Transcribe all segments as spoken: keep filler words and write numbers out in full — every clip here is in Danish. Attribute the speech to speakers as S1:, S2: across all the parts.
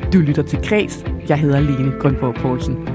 S1: Du lytter til Kreds. Jeg hedder Lene Grønborg Poulsen.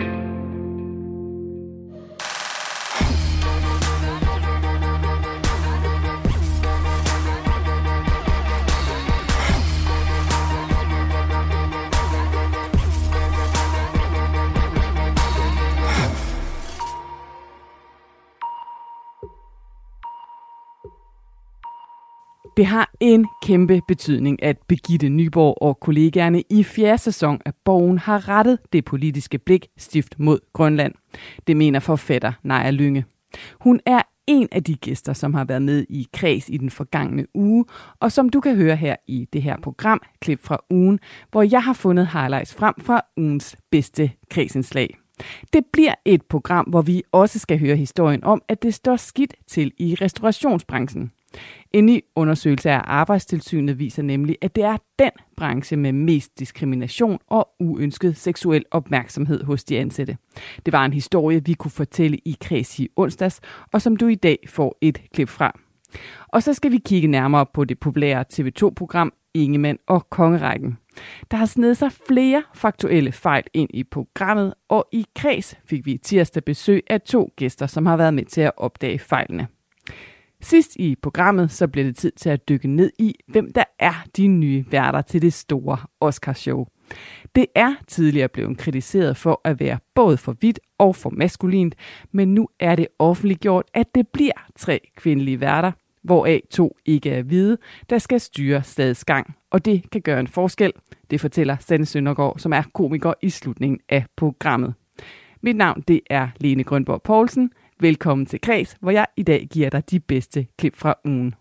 S1: Det har en kæmpe betydning, at Birgitte Nyborg og kollegaerne i fjerde sæson af Borgen har rettet det politiske blik stift mod Grønland. Det mener forfatter Naja Lynge. Hun er en af de gæster, som har været med i Kreds i den forgangne uge, og som du kan høre her i det her program, klip fra ugen, hvor jeg har fundet highlights frem fra ugens bedste Kredsindslag. Det bliver et program, hvor vi også skal høre historien om, at det står skidt til i restaurationsbranchen. En ny undersøgelse af Arbejdstilsynet viser nemlig, at det er den branche med mest diskrimination og uønsket seksuel opmærksomhed hos de ansatte. Det var en historie, vi kunne fortælle i Kreds i onsdags, og som du i dag får et klip fra. Og så skal vi kigge nærmere på det populære T V to-program Ingemann og Kongerækken. Der har snedet sig flere faktuelle fejl ind i programmet, og i Kreds fik vi tirsdag besøg af to gæster, som har været med til at opdage fejlene. Sidst i programmet, så bliver det tid til at dykke ned i, hvem der er de nye værter til det store Oscarshow. Det er tidligere blevet kritiseret for at være både for hvidt og for maskulint, men nu er det offentliggjort, at det bliver tre kvindelige værter, hvoraf to ikke er hvide, der skal styre stadets gang. Og det kan gøre en forskel, det fortæller Sanne Søndergaard, som er komiker i slutningen af programmet. Mit navn, det er Lene Grønborg Poulsen. Velkommen til Kreds, hvor jeg i dag giver dig de bedste klip fra ugen.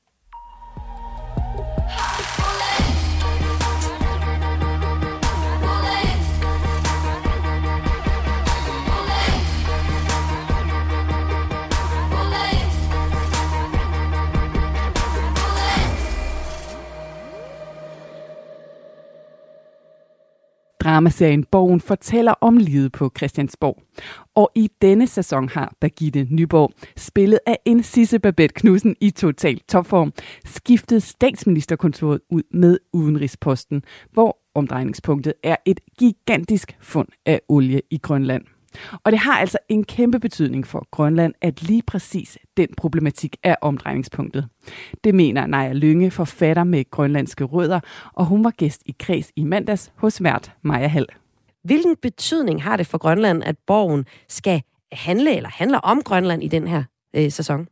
S1: Dramaserien Borgen fortæller om livet på Christiansborg. Og i denne sæson har Birgitte Nyborg, spillet af en Sisse Babett Knudsen i total topform, skiftet statsministerkontoret ud med udenrigsposten, hvor omdrejningspunktet er et gigantisk fund af olie i Grønland. Og det har altså en kæmpe betydning for Grønland, at lige præcis den problematik er omdrejningspunktet. Det mener Naja Lynge, forfatter med grønlandske rødder, og hun var gæst i Kreds i mandags hos vært Maja Hall.
S2: Hvilken betydning har det for Grønland, at Borgen skal handle eller handler om Grønland i den her øh, sæson?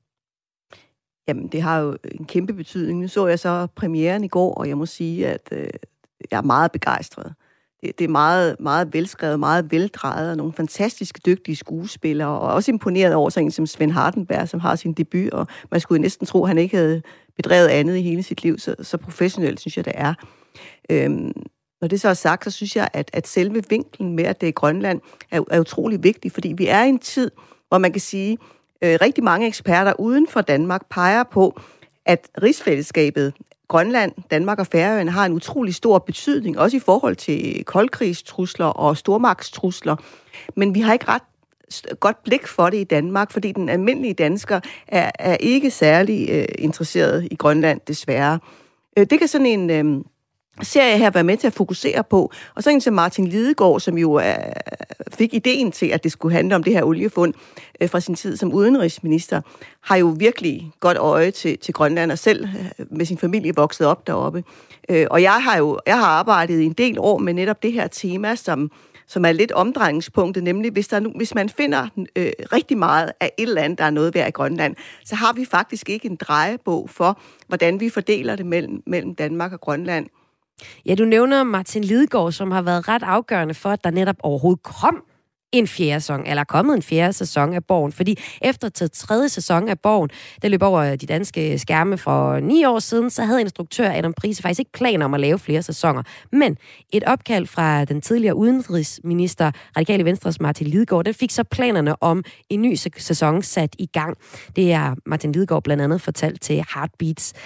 S3: Jamen, det har jo en kæmpe betydning. Nu så jeg så premieren i går, og jeg må sige, at øh, jeg er meget begejstret. Det, det er meget, meget velskrevet, meget veldrejet, og nogle fantastiske, dygtige skuespillere, og også imponeret over sådan en som Svend Hardenberg, som har sin debut, og man skulle næsten tro, at han ikke havde bedrevet andet i hele sit liv, så, så professionelt synes jeg, det er. Øhm, når det så er sagt, så synes jeg, at, at selve vinklen med, at det er Grønland, er, er utrolig vigtig, fordi vi er i en tid, hvor man kan sige, øh, rigtig mange eksperter uden for Danmark peger på, at rigsfællesskabet, Grønland, Danmark og Færøerne har en utrolig stor betydning, også i forhold til koldkrigstrusler og stormagtstrusler. Men vi har ikke ret godt blik for det i Danmark, fordi den almindelige dansker er, er ikke særlig øh, interesseret i Grønland, desværre. Øh, det kan sådan en øh, serie her være med til at fokusere på. Og så en som Martin Lidegaard, som jo er, fik ideen til, at det skulle handle om det her oliefund øh, fra sin tid som udenrigsminister, har jo virkelig godt øje til, til Grønland, og selv øh, med sin familie vokset op deroppe. Øh, og jeg har jo jeg har arbejdet i en del år med netop det her tema, som, som er lidt omdrejningspunktet, nemlig hvis, der nu, hvis man finder øh, rigtig meget af et eller andet, der er noget værd i Grønland, så har vi faktisk ikke en drejebog for, hvordan vi fordeler det mellem, mellem Danmark og Grønland.
S2: Ja, du nævner Martin Lidegaard, som har været ret afgørende for, at der netop overhovedet kom en fjerde sæson, eller kommet en fjerde sæson af Borgen. Fordi efter til tredje sæson af Borgen, der løb over de danske skærme for ni år siden, så havde instruktør Adam Prise faktisk ikke planer om at lave flere sæsoner. Men et opkald fra den tidligere udenrigsminister, Radikale Venstres Martin Lidegaard, den fik så planerne om en ny sæson sat i gang. Det er Martin Lidegaard blandt andet fortalt til Heartbeats.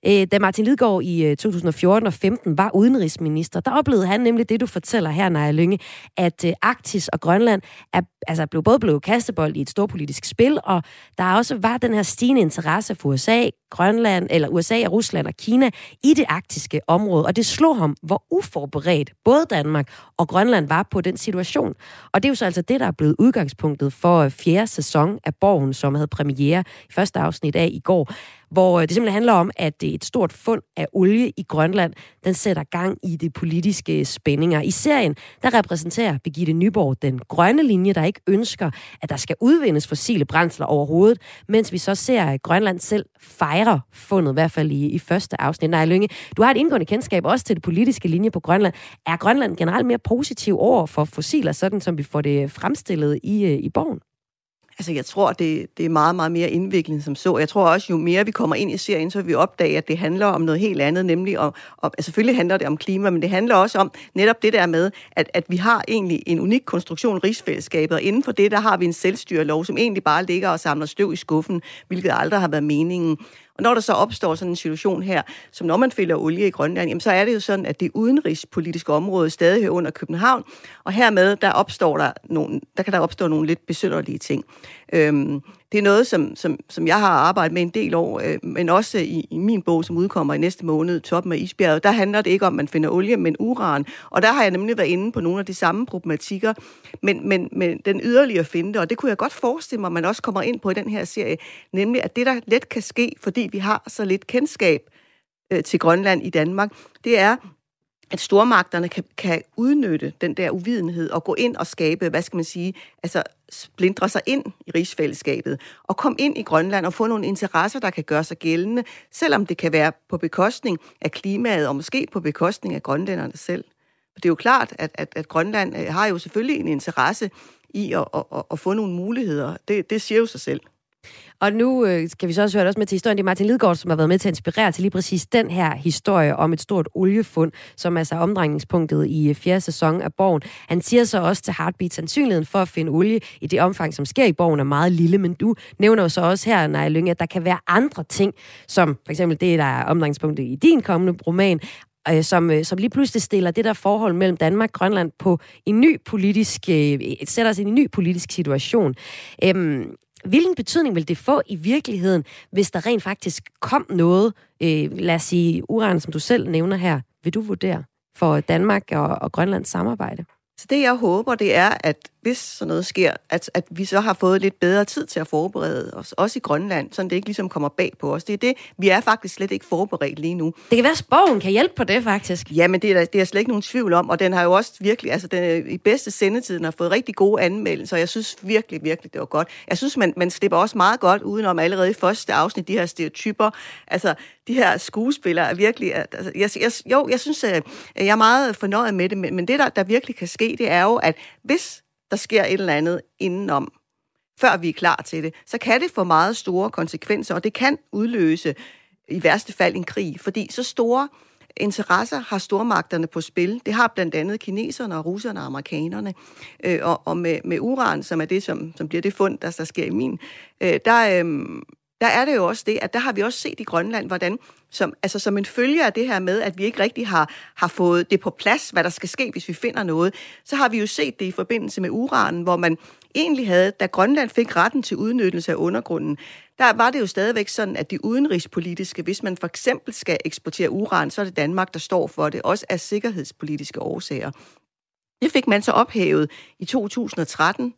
S2: Da Martin Lidegaard i to tusind og fjorten og femten var udenrigsminister, der oplevede han nemlig det, du fortæller her, Naja Lynge, at Arktis og Grønland er, altså blev både blev kastebold i et storpolitisk spil, og der også var den her stigende interesse for U S A, Grønland, eller U S A, Rusland og Kina i det arktiske område, og det slog ham, hvor uforberedt både Danmark og Grønland var på den situation. Og det er jo så altså det, der er blevet udgangspunktet for fjerde sæson af Borgen, som havde premiere i første afsnit af i går, hvor det simpelthen handler om, at et stort fund af olie i Grønland, den sætter gang i de politiske spændinger. I serien, der repræsenterer Birgitte Nyborg den grønne linje, der ikke ønsker, at der skal udvindes fossile brændsler overhovedet, mens vi så ser, at Grønland selv fejrer fundet, i hvert fald i, i første afsnit. Naja Lynge, du har et indgående kendskab også til det politiske linje på Grønland. Er Grønland generelt mere positiv over for fossiler, sådan som vi får det fremstillet i, i Borgen?
S3: Altså, jeg tror, det, det er meget, meget mere indviklet som så. Jeg tror også, jo mere vi kommer ind i serien, så vil vi opdage, at det handler om noget helt andet, nemlig om, om altså selvfølgelig handler det om klima, men det handler også om netop det der med, at, at vi har egentlig en unik konstruktion i rigsfællesskabet, og inden for det, der har vi en selvstyrelov, som egentlig bare ligger og samler støv i skuffen, hvilket aldrig har været meningen. Og når der så opstår sådan en situation her, som når man fælder olie i Grønland, jamen så er det jo sådan, at det udenrigspolitiske område stadig hører under København, og hermed der opstår der nogle, der kan der opstå nogle lidt besynderlige ting. Øhm, det er noget, som, som, som jeg har arbejdet med en del år, øh, men også i, i min bog, som udkommer i næste måned, Toppen af isbjerget, der handler det ikke om, at man finder olie, men uran. Og der har jeg nemlig været inde på nogle af de samme problematikker, men, men, men den yderligere finte, og det kunne jeg godt forestille mig, at man også kommer ind på i den her serie, nemlig at det, der let kan ske, fordi vi har så lidt kendskab øh, til Grønland i Danmark, det er, at stormagterne kan, kan udnytte den der uvidenhed og gå ind og skabe, hvad skal man sige, altså splindre sig ind i rigsfællesskabet og komme ind i Grønland og få nogle interesser, der kan gøre sig gældende, selvom det kan være på bekostning af klimaet og måske på bekostning af grønlænderne selv. For det er jo klart, at, at, at Grønland har jo selvfølgelig en interesse i at, at, at, at få nogle muligheder. Det, det siger jo sig selv.
S2: Og nu øh, skal vi så også høre også med til historien. Det er Martin Lidegaard, som har været med til at inspirere til lige præcis den her historie om et stort oliefund, som altså er omdrejningspunktet i fjerde sæson af Borgen. Han siger så også til Heartbeat, sandsynligheden for at finde olie i det omfang, som sker i Borgen, er meget lille. Men du nævner jo så også her, Naja Lynge, at der kan være andre ting, som for eksempel det, der er omdrejningspunktet i din kommende roman, øh, som, øh, som lige pludselig stiller det der forhold mellem Danmark og Grønland på en ny politisk, øh, sætter os i en ny politisk situation. Øhm, Hvilken betydning vil det få i virkeligheden, hvis der rent faktisk kom noget, øh, lad os sige, uran, som du selv nævner her, vil du vurdere for Danmark og, og Grønlands samarbejde?
S3: Så det, jeg håber, det er, at hvis sådan noget sker, at, at vi så har fået lidt bedre tid til at forberede os, også i Grønland, så det ikke ligesom kommer bag på os. Det er det, vi er faktisk slet ikke forberedt lige nu.
S2: Det kan være, at Borgen kan hjælpe på det, faktisk.
S3: Ja, men det er, det er slet ikke nogen tvivl om, og den har jo også virkelig, altså den er, i bedste sendetiden har fået rigtig gode anmeldelser, og jeg synes virkelig, virkelig, det var godt. Jeg synes, man, man slipper også meget godt udenom allerede i første afsnit, de her stereotyper, altså de her skuespillere er virkelig, altså, jeg, jeg, jo, jeg synes, jeg er meget fornøjet med det, men, men det, der, der virkelig kan ske, det er jo, at hvis der sker et eller andet indenom, før vi er klar til det, så kan det få meget store konsekvenser, og det kan udløse i værste fald en krig, fordi så store interesser har stormagterne på spil. Det har blandt andet kineserne og russerne og amerikanerne, øh, og, og med, med uran, som er det, som, som bliver det fund, der, der sker i min, øh, der, øh, der er det jo også det, at der har vi også set i Grønland, hvordan som, altså som en følge af det her med, at vi ikke rigtig har, har fået det på plads, hvad der skal ske, hvis vi finder noget, så har vi jo set det i forbindelse med uranen, hvor man egentlig havde, da Grønland fik retten til udnyttelse af undergrunden, der var det jo stadigvæk sådan, at det udenrigspolitiske, hvis man for eksempel skal eksportere uran, så er det Danmark, der står for det, også af sikkerhedspolitiske årsager. Det fik man så ophævet i to tusind og tretten.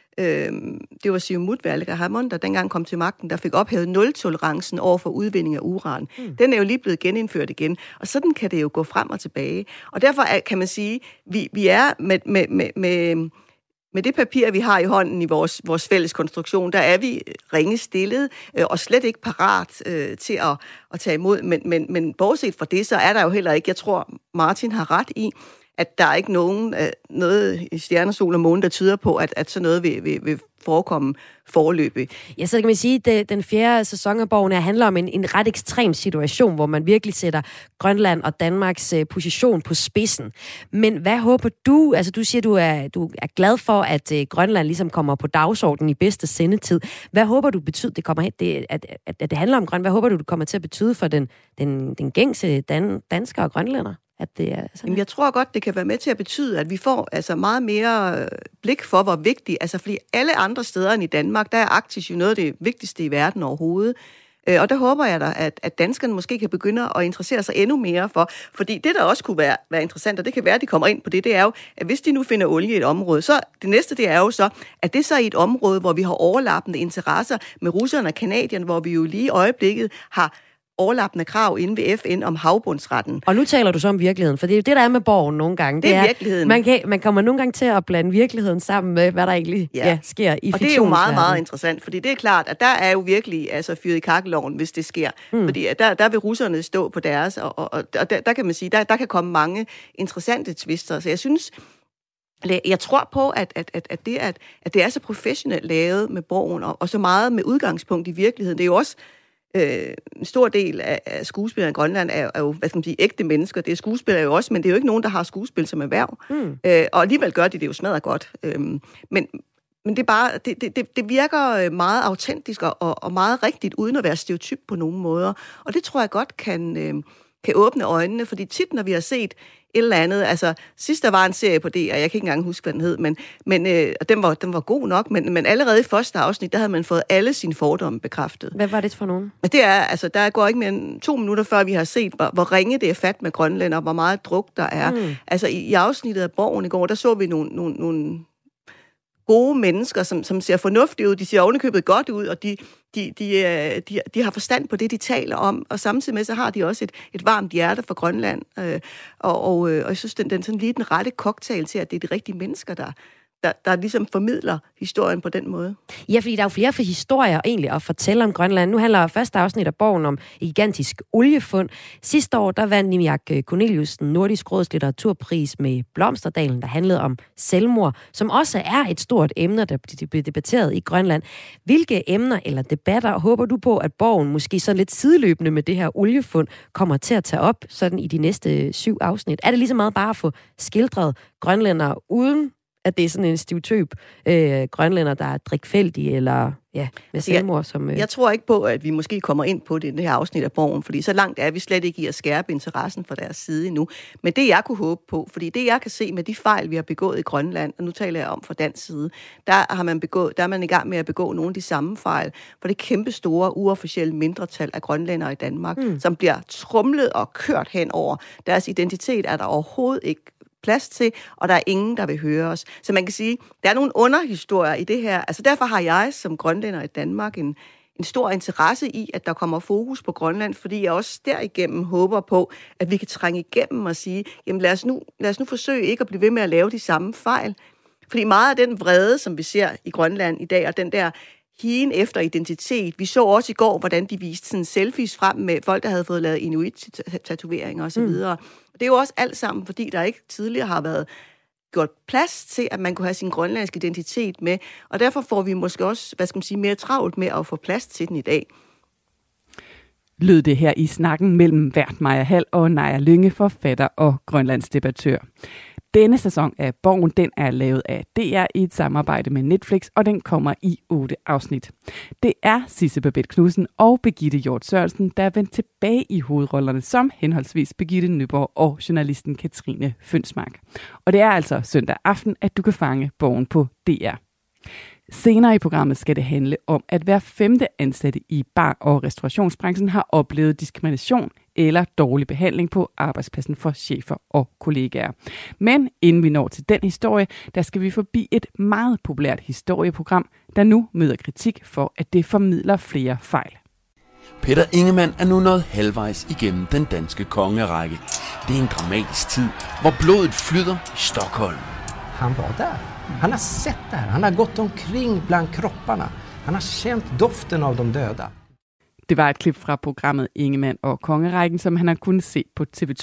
S3: Det var Siumut Valga Hamon, der dengang kom til magten, der fik ophævet nul-tolerancen over for udvinding af uran. Mm. Den er jo lige blevet genindført igen, og sådan kan det jo gå frem og tilbage. Og derfor kan man sige, vi, vi er med, med, med, med, med det papir, vi har i hånden i vores, vores fælles konstruktion, der er vi ringe stillet øh, og slet ikke parat øh, til at, at tage imod. Men, men, men bortset fra det, så er der jo heller ikke, jeg tror, Martin har ret i, at der er ikke nogen, noget i stjerne, sol og måne, der tyder på, at, at sådan noget vil, vil, vil forekomme foreløbig.
S2: Ja, så kan man sige, at den fjerde sæson af Borgen handler om en, en ret ekstrem situation, hvor man virkelig sætter Grønland og Danmarks uh, position på spidsen. Men hvad håber du, altså du siger, du er, du er glad for, at uh, Grønland ligesom kommer på dagsordenen i bedste sendetid. Hvad håber du betyder, det kommer hen, det, at, at, at det handler om Grønland, hvad håber du, det kommer til at betyde for den, den, den gængse dan, danskere og grønlænder? At det er sådan.
S3: Jeg tror godt, det kan være med til at betyde, at vi får altså meget mere blik for, hvor vigtigt, altså fordi alle andre steder end i Danmark, der er Arktis jo noget af det vigtigste i verden overhovedet. Og der håber jeg da, at, at danskerne måske kan begynde at interessere sig endnu mere for, fordi det, der også kunne være, være interessant, og det kan være, at de kommer ind på det, det er jo, at hvis de nu finder olie i et område, så det næste, det er jo så, at det så er i et område, hvor vi har overlappende interesser med russerne og kanadierne, hvor vi jo lige i øjeblikket har overlappende krav inde ved F N om havbundsretten.
S2: Og nu taler du så om virkeligheden, for det er jo det, der er med Borgen nogle gange.
S3: Det, det er virkeligheden.
S2: Man, kan, man kommer nogle gange til at blande virkeligheden sammen med, hvad der egentlig ja. Ja, sker i fiktionsverdenen.
S3: Og det er jo meget, meget interessant, fordi det er klart, at der er jo virkelig altså, fyret i kakkeloven, hvis det sker. Mm. Fordi der, der vil russerne stå på deres, og, og, og der, der kan man sige, der, der kan komme mange interessante twister. Så jeg synes, jeg tror på, at, at, at, at, det, at, at det er så professionelt lavet med Borgen, og, og så meget med udgangspunkt i virkeligheden. Det er jo også Øh, en stor del af, af skuespillere i Grønland er, er jo, hvad skal man sige, ægte mennesker. Det er skuespillere jo også, men det er jo ikke nogen, der har skuespil som erhverv. Mm. Øh, og alligevel gør de det jo smadret godt. Øh, men, men det er bare, det, det, det virker meget autentisk og, og meget rigtigt, uden at være stereotyp på nogen måder. Og det tror jeg godt kan, øh, kan åbne øjnene, fordi tit, når vi har set et eller andet, altså sidst der var en serie på D R, jeg kan ikke engang huske, hvad den hed, men, men øh, og den var, den var god nok, men, men allerede i første afsnit, der havde man fået alle sine fordomme bekræftet.
S2: Hvad var det for nogen?
S3: Det er, altså, der går ikke mere end to minutter, før vi har set, hvor, hvor ringe det er fat med Grønland, og hvor meget druk der er. Mm. Altså i, i afsnittet af Borgen i går, der så vi nogle, nogle, nogle gode mennesker, som, som ser fornuftige ud, de ser ovenikøbet godt ud, og de, de, de, de, de har forstand på det, de taler om, og samtidig med, så har de også et, et varmt hjerte for Grønland, øh, og, og, og jeg synes, den, den sådan lige den rette cocktail til, at det er de rigtige mennesker, der Der, der ligesom formidler historien på den måde.
S2: Ja, fordi der er jo flere for historier egentlig at fortælle om Grønland. Nu handler første afsnit af Borgen om et gigantisk oliefund. Sidste år, der vandt Niviaq Kornelius den Nordisk Råds litteraturpris med Blomsterdalen, der handlede om selvmord, som også er et stort emne, der bliver debatteret i Grønland. Hvilke emner eller debatter håber du på, at Borgen måske så lidt sideløbende med det her oliefund kommer til at tage op sådan i de næste syv afsnit? Er det lige så meget bare at få skildret grønlændere uden at det er sådan en stereotyp øh, grønlænder, der er drikfældige eller ja, med selvmord? Som, øh...
S3: Jeg tror ikke på, at vi måske kommer ind på det i det her afsnit af Borgen, fordi så langt er vi slet ikke i at skærpe interessen fra deres side endnu. Men det, jeg kunne håbe på, fordi det, jeg kan se med de fejl, vi har begået i Grønland, og nu taler jeg om fra dansk side, der, har man begået, der er man i gang med at begå nogle af de samme fejl, for det kæmpe store, uofficielle mindretal af grønlændere i Danmark, mm. som bliver tromlet og kørt hen over. Deres identitet er der overhovedet ikke plads til, og der er ingen, der vil høre os. Så man kan sige, der er nogle underhistorier i det her. Altså derfor har jeg som grønlænder i Danmark en, en stor interesse i, at der kommer fokus på Grønland, fordi jeg også derigennem håber på, at vi kan trænge igennem og sige, jamen lad os nu, lad os nu forsøge ikke at blive ved med at lave de samme fejl. Fordi meget af den vrede, som vi ser i Grønland i dag, og den der higen efter identitet. Vi så også i går, hvordan de viste sådan selfies frem med folk, der havde fået lavet inuit-tatoveringer osv. Mm. Det er jo også alt sammen, fordi der ikke tidligere har været gjort plads til, at man kunne have sin grønlandske identitet med, og derfor får vi måske også, hvad skal man sige, mere travlt med at få plads til den i dag.
S1: Lød det her i snakken mellem vært Maja Hall og Naja Lynge, forfatter og grønlandsdebattør. Denne sæson af Borgen, den er lavet af D R i et samarbejde med Netflix, og den kommer i otte afsnit. Det er Sisse Babett Knudsen og Birgitte Hjort Sørensen, der er vendt tilbage i hovedrollerne som henholdsvis Birgitte Nyborg og journalisten Katrine Fønsmark. Og det er altså søndag aften, at du kan fange Borgen på D R. Senere i programmet skal det handle om, at hver femte ansatte i bar- og restaurationsbranchen har oplevet diskrimination eller dårlig behandling på arbejdspladsen for chefer og kollegaer. Men inden vi når til den historie, der skal vi forbi et meget populært historieprogram, der nu møder kritik for, at det formidler flere fejl.
S4: Peter Ingemann er nu nået halvvejs igennem den danske kongerække. Det er en dramatisk tid, hvor blodet flyder i Stockholm.
S5: Han var der. Han har sett det här. Han har gått omkring bland kropparna. Han har känt doften av de döda.
S1: Det var et klip fra programmet Ingemann og Kongerækken, som han har kunnet se på T V to.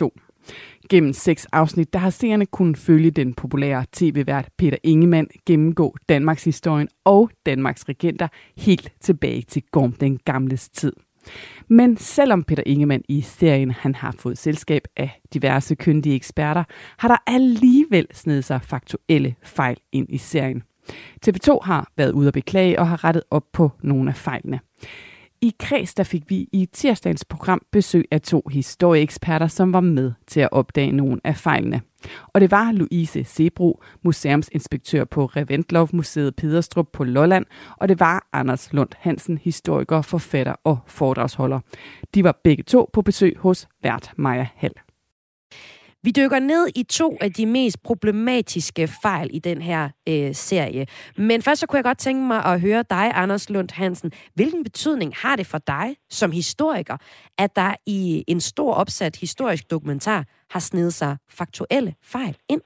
S1: Gennem seks afsnit, der har seerne kunnet følge den populære tv-vært Peter Ingemann gennemgå Danmarks historien og Danmarks regenter helt tilbage til Gorm den Gamles tid. Men selvom Peter Ingemann i serien han har fået selskab af diverse kyndige eksperter, har der alligevel snedet sig faktuelle fejl ind i serien. T V to har været ude at beklage og har rettet op på nogle af fejlene. I Kreds der fik vi i tirsdagens program besøg af to historieeksperter, som var med til at opdage nogle af fejlene. Og det var Louise Sebro, museumsinspektør på Reventlow Museet Pederstrup på Lolland, og det var Anders Lund Hansen, historiker, forfatter og foredragsholder. De var begge to på besøg hos vært Maja Hall.
S2: Vi dykker ned i to af de mest problematiske fejl i den her øh, serie. Men først så kunne jeg godt tænke mig at høre dig, Anders Lund Hansen. Hvilken betydning har det for dig som historiker, at der i en stor opsat historisk dokumentar har snedet sig faktuelle fejl ind?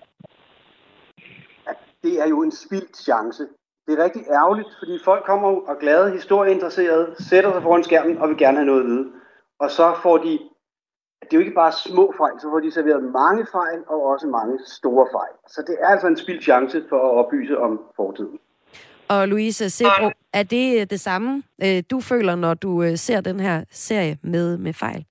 S6: Ja, det er jo en spildt chance. Det er rigtig ærgerligt, fordi folk kommer og glade, historieinteresserede, sætter sig foran skærmen og vil gerne have noget at vide. Og så får de... Det er jo ikke bare små fejl, så får de serveret mange fejl og også mange store fejl. Så det er altså en spildt chance for at oplyse om fortiden.
S2: Og Louise Sebro, er det det samme, du føler, når du ser den her serie med, med fejl?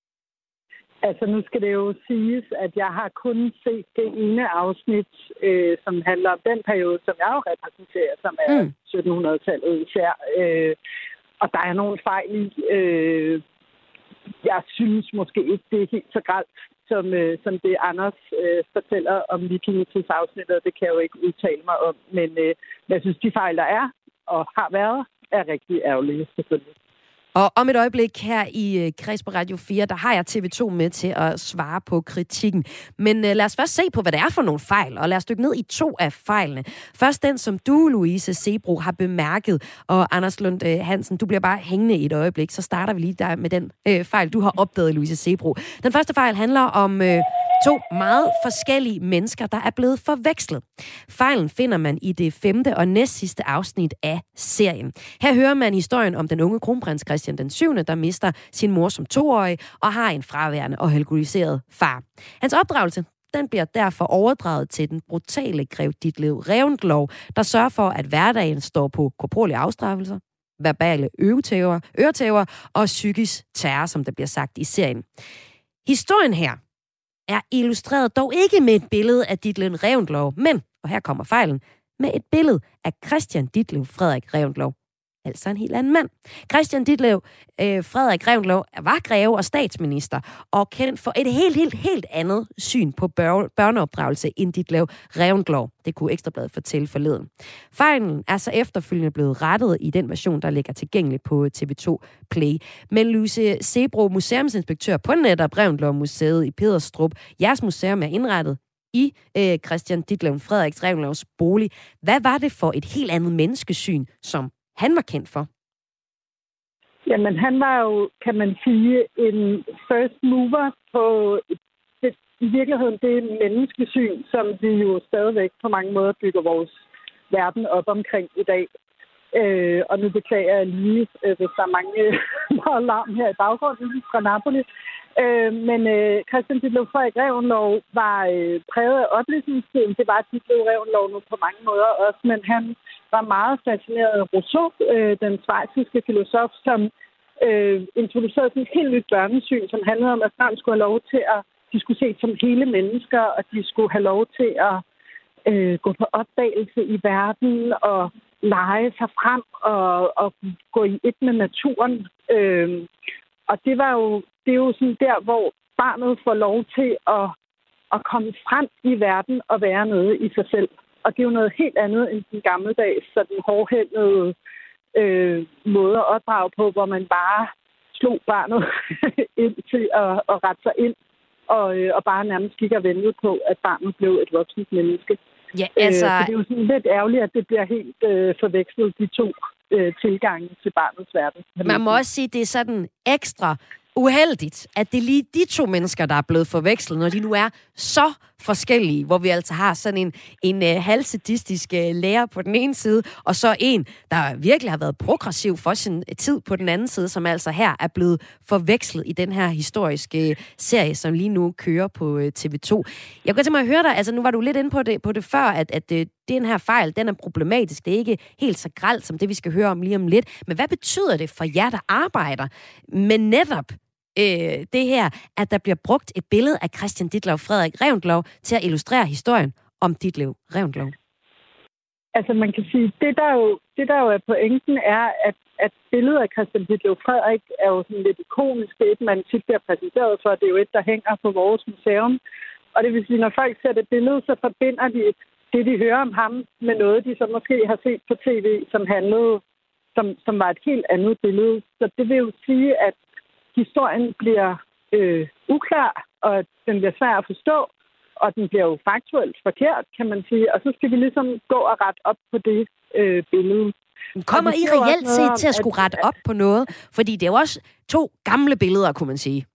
S7: Altså nu skal det jo siges, at jeg har kun set det ene afsnit, øh, som handler om den periode, som jeg jo repræsenterer, som er mm. sytten hundrede-tallet især. Øh, og der er nogle fejl i... Øh, Jeg synes måske ikke, det er helt så grelt, som, øh, som det Anders øh, fortæller om vikingetidsafsnittet. Det kan jeg jo ikke udtale mig om. Men øh, jeg synes, de fejl, der er og har været, er rigtig ærgerlige, selvfølgelig.
S2: Og om et øjeblik her i Kreds på Radio fire, der har jeg T V to med til at svare på kritikken. Men uh, lad os først se på, hvad det er for nogle fejl, og lad os dykke ned i to af fejlene. Først den, som du, Louise Sebro, har bemærket, og Anders Lund uh, Hansen, du bliver bare hængende i et øjeblik, så starter vi lige der med den uh, fejl, du har opdaget, Louise Sebro. Den første fejl handler om... Uh, To meget forskellige mennesker, der er blevet forvekslet. Fejlen finder man i det femte og næstsidste afsnit af serien. Her hører man historien om den unge kronprins Christian den syvende, der mister sin mor som toårig og har en fraværende og alkoholiseret far. Hans opdragelse den bliver derfor overdraget til den brutale grev Ditlev Reventlow, der sørger for, at hverdagen står på korporlige afstraffelser, verbale øretæver, øretæver og psykisk terror, som der bliver sagt i serien. Historien her er illustreret dog ikke med et billede af Ditlev Reventlow, men, og her kommer fejlen, med et billede af Christian Ditlev Frederik Reventlow. Altså en helt anden mand. Christian Ditlev øh, Frederik Reventlow var greve og statsminister, og kendt for et helt, helt, helt andet syn på bør- børneopdragelse end Ditlev Reventlow. Det kunne Ekstrabladet fortælle forleden. Fejlen er så efterfølgende blevet rettet i den version, der ligger tilgængelig på T V to Play. Men Louise Sebro, museumsinspektør på netop Reventlow Museet i Pederstrup, jeres museum er indrettet i øh, Christian Ditlev Frederik Reventlows bolig. Hvad var det for et helt andet menneskesyn, som han var kendt for?
S7: Jamen, han var jo, kan man sige, en first mover på det, i virkeligheden det menneskesyn, som vi jo stadigvæk på mange måder bygger vores verden op omkring i dag. Øh, og nu beklager jeg lige, øh, hvis der er mange meget larm her i baggrunden fra Napoli. Øh, men øh, Christian Ditlev Frederik Reventlow var øh, præget af oplysningstiden. Det var Ditlev Reventlow nu på mange måder også, men han var meget fascineret af Rousseau, øh, den schweiziske filosof, som øh, introducerede sådan et helt nyt børnesyn, som handlede om, at børn skulle have lov til at, de skulle ses som hele mennesker, og de skulle have lov til at øh, gå på opdagelse i verden og lege sig frem og, og gå i et med naturen. Øh, og det var jo, det er jo sådan der, hvor barnet får lov til at, at komme frem i verden og være noget i sig selv. Og det er jo noget helt andet end den gammeldags, sådan hårdhændede øh, måde at opdrage på, hvor man bare slog barnet ind til at, at rette sig ind, og, øh, og bare nærmest gik og ventede på, at barnet blev et voksent menneske.
S2: Ja, altså...
S7: øh, så det er jo sådan lidt ærgerligt, at det bliver helt øh, forvekslet, de to øh, tilgange til barnets verden.
S2: Man må også sige, at det er sådan ekstra uheldigt, at det er lige de to mennesker, der er blevet forvekslet, når de nu er så forskellige, hvor vi altså har sådan en, en uh, halvsadistisk uh, lærer på den ene side, og så en, der virkelig har været progressiv for sin tid på den anden side, som altså her er blevet forvekslet i den her historiske serie, som lige nu kører på uh, T V to. Jeg kunne tænke mig at høre dig, altså nu var du lidt inde på det, på det før, at, at uh, den her fejl, den er problematisk. Det er ikke helt så grelt som det, vi skal høre om lige om lidt. Men hvad betyder det for jer, der arbejder med netop øh, det her, at der bliver brugt et billede af Christian Ditlev Frederik Reventlow til at illustrere historien om Ditlev Reventlow?
S7: Altså man kan sige, det der jo, det der jo er pointen er, at, at billedet af Christian Ditlev Frederik er jo sådan lidt ikonisk. Det er et, man tit bliver præsenteret for. Det er jo et, der hænger på vores museum. Og det vil sige, når folk ser det billede, så forbinder de det, de hører om ham, med noget, de så måske har set på tv, som handlede, som, som var et helt andet billede. Så det vil jo sige, at historien bliver øh, uklar, og den bliver svær at forstå, og den bliver jo faktuelt forkert, kan man sige. Og så skal vi ligesom gå og rette op på det øh, billede.
S2: Kommer I reelt set til at skulle rette op på noget? Fordi det er jo også to gamle billeder, kunne man sige.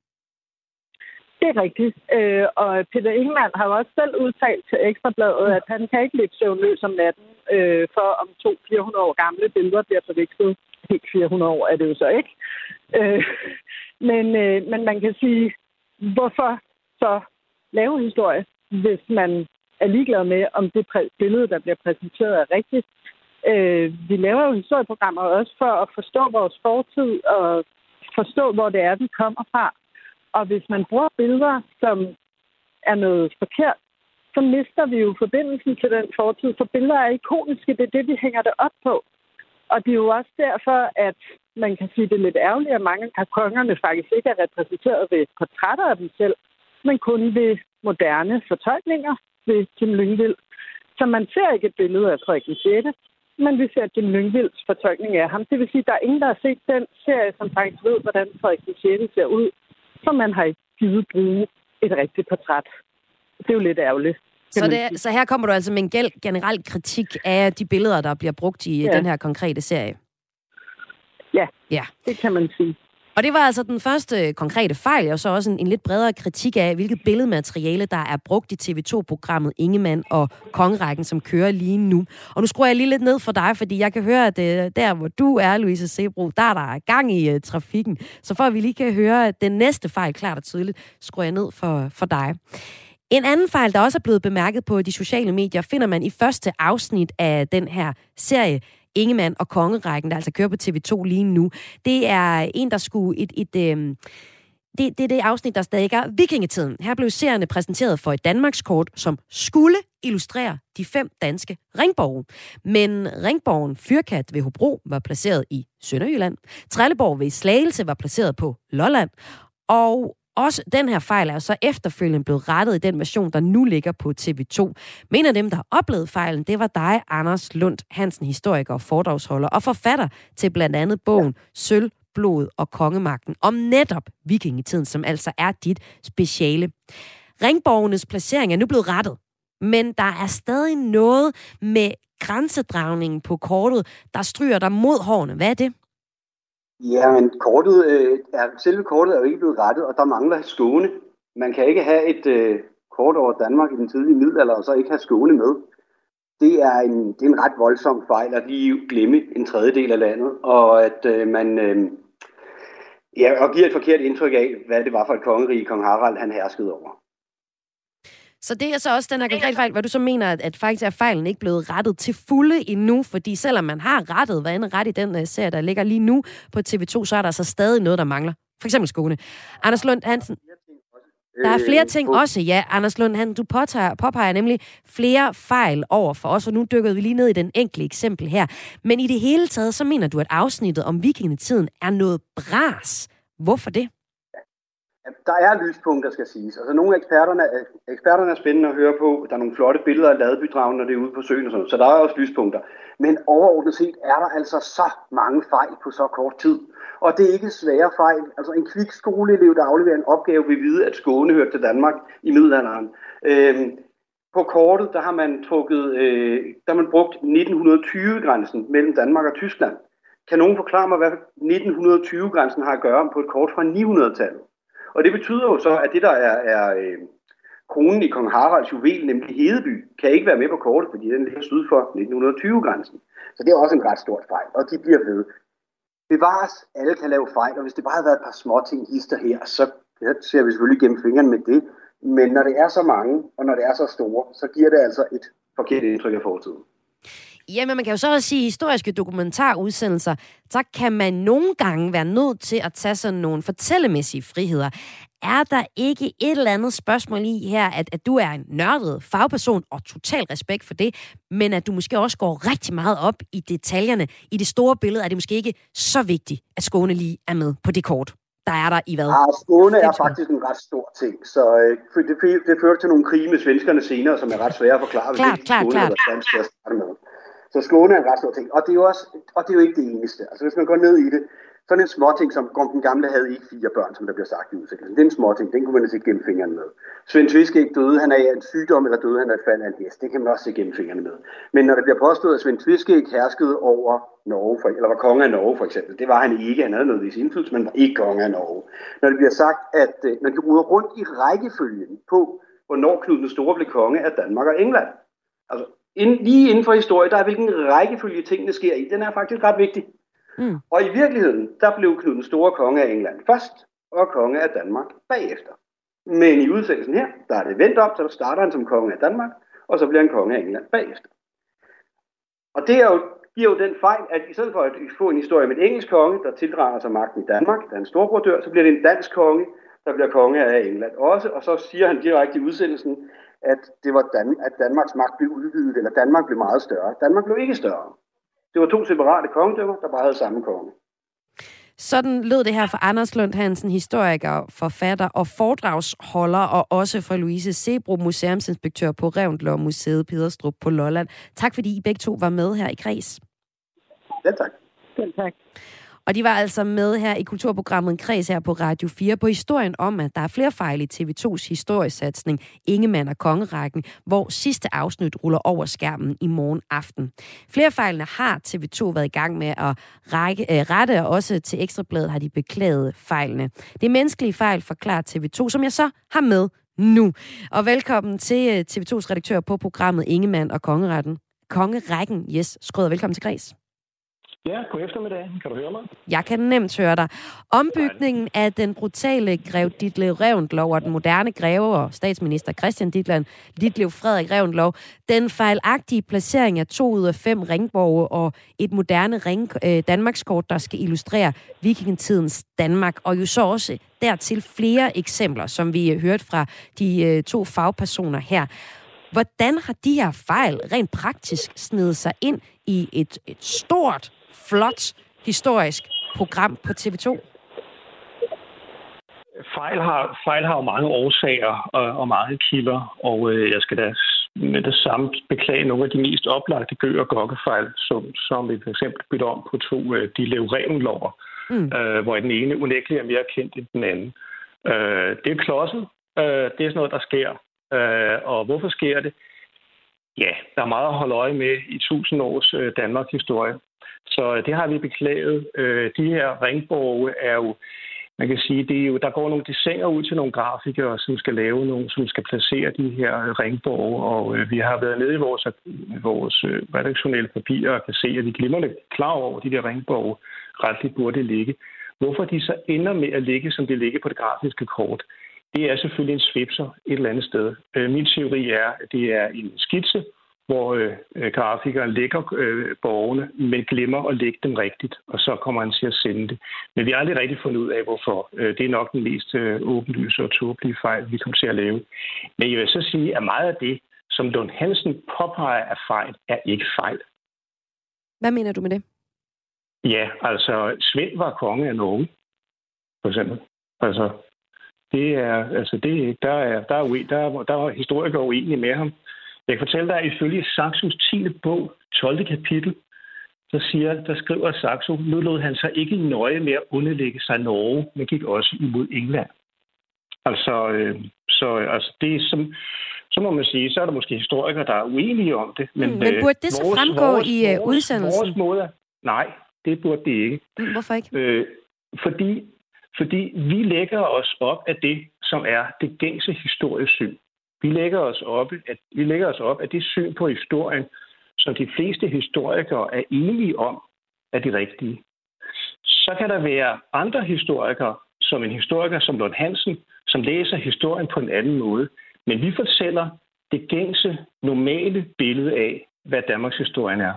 S7: Det er rigtigt. Øh, og Peter Ingemann har jo også selv udtalt til Ekstrabladet, at han kan ikke ligge søvnløs om natten, øh, for om to fire hundrede år gamle billeder bliver forvekslet. Helt fire hundrede år er det jo så ikke. Øh, men, øh, men man kan sige, hvorfor så lave historie, hvis man er ligeglad med, om det præ- billede, der bliver præsenteret, er rigtigt. Øh, vi laver jo historieprogrammer også for at forstå vores fortid og forstå, hvor det er, vi kommer fra. Og hvis man bruger billeder, som er noget forkert, så mister vi jo forbindelsen til den fortid. For billeder er ikoniske, det er det, vi hænger det op på. Og det er jo også derfor, at man kan sige, det er lidt ærgerligt, at mange af kongerne faktisk ikke er repræsenteret ved portrætter af dem selv, men kun ved moderne fortolkninger ved Kim Lyngvild. Så man ser ikke et billede af Frederik den sjette, men vi ser Kim Lyngvilds fortolkning af ham. Det vil sige, at der er ingen, der har set den serie, som faktisk ved, hvordan Frederik den sjette ser ud, så man har ikke givet bruge et rigtigt portræt. Det er jo lidt ærgerligt.
S2: Så, det, så her kommer du altså med en generel kritik af de billeder, der bliver brugt i ja. den her konkrete serie?
S7: Ja,
S2: ja,
S7: det kan man sige.
S2: Og det var altså den første konkrete fejl, og så også en, en lidt bredere kritik af, hvilket billedmateriale, der er brugt i T V to-programmet Ingemann og Kongerækken, som kører lige nu. Og nu skruer jeg lige lidt ned for dig, fordi jeg kan høre, at der, hvor du er, Louise Sebro, der er der gang i uh, trafikken. Så for at vi lige kan høre den næste fejl klart og tydeligt, skruer jeg ned for, for dig. En anden fejl, der også er blevet bemærket på de sociale medier, finder man i første afsnit af den her serie, Ingemann og Kongerækken, der altså kører på T V to lige nu. Det er en, der skulle et... et øh, det, det er det afsnit, der stadig er vikingetiden. Her blev seerne præsenteret for et Danmarkskort, som skulle illustrere de fem danske ringborge. Men ringborgen Fyrkat ved Hobro var placeret i Sønderjylland. Trelleborg ved Slagelse var placeret på Lolland. Og også den her fejl er så efterfølgende blevet rettet i den version, der nu ligger på T V to. Men af dem, der har oplevet fejlen, det var dig, Anders Lund Hansen, historiker og foredragsholder og forfatter til blandt andet bogen Sølv, Blod og Kongemagten om netop vikingetiden, som altså er dit speciale. Ringborgenes placering er nu blevet rettet, men der er stadig noget med grænsedragningen på kortet, der stryger dig mod hårene. Hvad er det?
S6: Ja, men kortet, øh, er, selve kortet er jo ikke blevet rettet, og der mangler Skåne. Man kan ikke have et øh, kort over Danmark i den tidlige middelalder, og så ikke have Skåne med. Det er en, det er en ret voldsom fejl, at lige glemme en tredjedel af landet, og at øh, man øh, ja, og giver et forkert indtryk af, hvad det var for et kongerige, kong Harald, han herskede over.
S2: Så det er så også den her konkrete fejl, hvad du så mener, at, at faktisk er fejlen ikke blevet rettet til fulde endnu, fordi selvom man har rettet, hvad end ret i den uh, serie, der ligger lige nu på T V to, så er der så stadig noget, der mangler. For eksempel Skåne. Anders Lund Hansen, der er flere ting også, ja. Anders Lund Hansen, du påtager, påpeger nemlig flere fejl over for os, og nu dykkede vi lige ned i den enkelte eksempel her. Men i det hele taget, så mener du, at afsnittet om vikingetiden er noget bras. Hvorfor det?
S6: Der er lyspunkter, skal siges. Altså, nogle af eksperterne, eksperterne er spændende at høre på. Der er nogle flotte billeder af Ladbydragen, når det er ude på søen og sådan. Så der er også lyspunkter. Men overordnet set er der altså så mange fejl på så kort tid. Og det er ikke svære fejl. Altså en kvik skoleelev, der afleverer en opgave, vil vide, at Skåne hørte til Danmark i middelalderen. Øhm, på kortet, der har man trukket, øh, der har man brugt nitten tyve-grænsen mellem Danmark og Tyskland. Kan nogen forklare mig, hvad nitten tyve-grænsen har at gøre på et kort fra ni hundrede-tallet? Og det betyder jo så, at det, der er, er øh, kronen i kong Haralds juvel, nemlig Hedeby, kan ikke være med på kortet, fordi den ligger syd for nitten tyve-grænsen. Så det er også en ret stort fejl, og de bliver ved. Bevares, alle kan lave fejl, og hvis det bare havde været et par små ting hister her, så ser vi selvfølgelig gennem fingrene med det. Men når det er så mange, og når det er så store, så giver det altså et forkert indtryk af fortiden.
S2: Jamen, man kan jo så også sige, at historiske dokumentarudsendelser, så kan man nogle gange være nødt til at tage sådan nogle fortællemæssige friheder. Er der ikke et eller andet spørgsmål i her, at, at du er en nørdet fagperson, og total respekt for det, men at du måske også går rigtig meget op i detaljerne, i det store billede, er det måske ikke så vigtigt, at Skåne lige er med på det kort? Der er der i hvad?
S6: Ja, Skåne er faktisk en ret stor ting, så øh, det, det fører til nogle krige med svenskerne senere, som er ret svære at forklare.
S2: Klart, klart,
S6: Skåne,
S2: klart.
S6: Med. Så Skåne er en ret stor ting, og det er jo også, og det er jo ikke det eneste. Altså hvis man går ned i det, sådan en småting, som den gamle havde ikke fire børn, som der bliver sagt i udsendelsen. Det er en småting, den kunne man se gennem fingrene med. Svend Tviske ikke døde, han er en sygdom, eller døde han af et fald af en hest. Det kan man også se gennem fingrene med. Men når det bliver påstået, at Svend Tviske ikke herskede over Norge, for, eller var konge af Norge for eksempel, det var han ikke, han havde noget vis indflydelse, men var ikke konge af Norge. Når det bliver sagt, at når de ruder rundt i rækkefølgen på, hvornår Knud den Store blev konge af Danmark og England, altså ind, lige inden for historie, der er hvilken rækkefølge tingene sker i, den er faktisk ret vigtig. Mm. Og i virkeligheden, der blev Knud den Store konge af England først, og konge af Danmark bagefter. Men i udsendelsen her, der er det vendt op, så der starter han som konge af Danmark, og så bliver han konge af England bagefter. Og det er jo, giver jo den fejl, at i stedet for at få en historie med en engelsk konge, der tildrager sig magten i Danmark, da en storbror dør, så bliver det en dansk konge, der bliver konge af England også, og så siger han direkte i udsendelsen, at det var Dan- at Danmarks magt blev udvidet, eller Danmark blev meget større. Danmark blev ikke større. Det var to separate kongedømmer, der bare havde samme konge.
S2: Sådan lød det her for Anders Lund Hansen, historiker, forfatter og foredragsholder, og også fra Louise Sebro, museumsinspektør på Reventlow Museet Pederstrup på Lolland. Tak fordi I begge to var med her i Kreds.
S6: Ja, tak.
S7: Ja, tak.
S2: Og de var altså med her i kulturprogrammet Kreds her på Radio fire på historien om, at der er flere fejl i T V to's historiesatsning Ingemann og Kongerækken, hvor sidste afsnit ruller over skærmen i morgen aften. Flere fejlene har T V to været i gang med at række, øh, rette, og også til Ekstrabladet har de beklaget fejlene. Det er menneskelige fejl, forklarer T V to, som jeg så har med nu. Og velkommen til T V to's redaktør på programmet Ingemann og Kongeretten. Kongerækken, Jes Schrøder. Velkommen til Kreds.
S8: Ja, god eftermiddag. Kan du høre mig?
S2: Jeg kan nemt høre dig. Ombygningen af den brutale grev Ditlev Reventlow og den moderne greve og statsminister Christian Ditlev, Ditlev Frederik Reventlow, den fejlagtige placering af to ud af fem ringborge og et moderne ring, øh, Danmarkskort, der skal illustrere vikingetidens Danmark, og jo så også dertil flere eksempler, som vi hørte fra de øh, to fagpersoner her. Hvordan har de her fejl rent praktisk snedet sig ind i et, et stort, flot, historisk program på T V to?
S8: Fejl har, fejl har jo mange årsager og, og mange kilder, og øh, jeg skal da med det samme beklage nogle af de mest oplagte gø- og gokkefejl, som, som vi for eksempel bytter om på to øh, Ditlev Reventlow, mm. øh, hvor den ene unægteligt er mere kendt end den anden. Øh, det er klodset. Øh, det er sådan noget, der sker. Øh, og hvorfor sker det? Ja, der er meget at holde øje med i tusind års øh, Danmarks historie. Så øh, det har vi beklaget. Øh, de her ringborge er jo, man kan sige, det er jo, der går nogle designer ud til nogle grafikere, som skal lave nogle, som skal placere de her øh, ringborge. Og øh, vi har været nede i vores, vores øh, redaktionelle papirer og kan se, at vi glimrende klar over, de der ringborge retligt burde ligge. Hvorfor de så ender med at ligge, som de ligger på det grafiske kort, det er selvfølgelig en svipser et eller andet sted. Min teori er, at det er en skitse, hvor øh, grafikeren lægger øh, borgerne, men glemmer at lægge dem rigtigt, og så kommer han til at sende det. Men vi har aldrig rigtig fundet ud af, hvorfor. Øh, det er nok den mest øh, åbenlyse og tåbelige fejl, vi kommer til at lave. Men jeg vil så sige, at meget af det, som Lund Hansen påpeger af fejl, er ikke fejl.
S2: Hvad mener du med det?
S8: Ja, altså, Svend var konge af Norge, for eksempel. Altså, det er, altså, det, der er, der er, der er, der er historikere uenige med ham. Jeg kan fortælle dig, at ifølge Saxos tiende bog, tolvte kapitel, der, siger, der skriver Saxo, nu lod han sig ikke nøje med at underlægge sig Norge, men gik også imod England. Altså, øh, så altså, det er som, så må man sige, så er der måske historikere, der er uenige om det. Men,
S2: mm, men burde det så vores, fremgå vores, i uh,
S8: vores,
S2: udsendelsen?
S8: Vores måde, nej, det burde det ikke.
S2: Mm, hvorfor ikke?
S8: Øh, fordi, fordi vi lægger os op af det, som er det gængse historiesyn. vi lægger os op, at vi lægger os op, at det syn på historien, som de fleste historikere er enige om, er det rigtige. Så kan der være andre historikere, som en historiker som Lund Hansen, som læser historien på en anden måde. Men vi fortæller det gængse, normale billede af, hvad Danmarks historien er.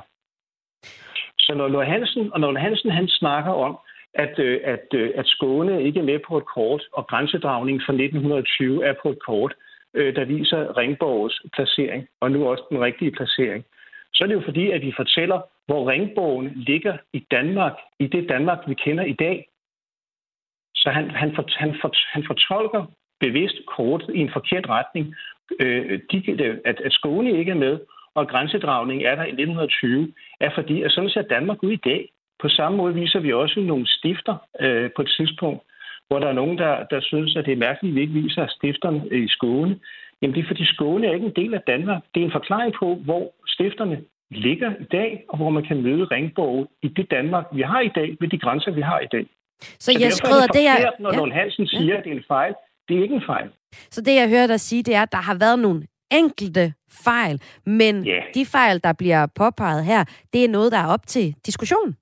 S8: Så når Lund Hansen, og når Lund Hansen han snakker om, at, at, at Skåne ikke er med på et kort, og grænsedragningen fra nitten tyve er på et kort, der viser Ringborgs placering, og nu også den rigtige placering, så er det jo fordi, at vi fortæller, hvor Ringborgen ligger i Danmark, i det Danmark, vi kender i dag. Så han, han, for, han, for, han fortolker bevidst kortet i en forkert retning. Øh, de, at, at Skåne ikke er med, og grænsedragning er der i nitten tyve, er fordi, at sådan ser Danmark ud i dag. På samme måde viser vi også nogle stifter øh, på et tidspunkt, hvor der er nogen, der, der synes, at det er mærkeligt, at vi ikke viser stifterne i Skåne. Jamen det er fordi Skåne er ikke en del af Danmark. Det er en forklaring på, hvor stifterne ligger i dag, og hvor man kan møde Ringborg i det Danmark, vi har i dag, med de grænser, vi har i dag.
S2: Så, så jeg skriver det, jeg...
S8: Når ja. Lund Hansen siger, ja. at det er en fejl, det er ikke en fejl.
S2: Så det, jeg hører dig sige, det er, at der har været nogle enkelte fejl, men yeah. de fejl, der bliver påpeget her, det er noget, der er op til diskussion.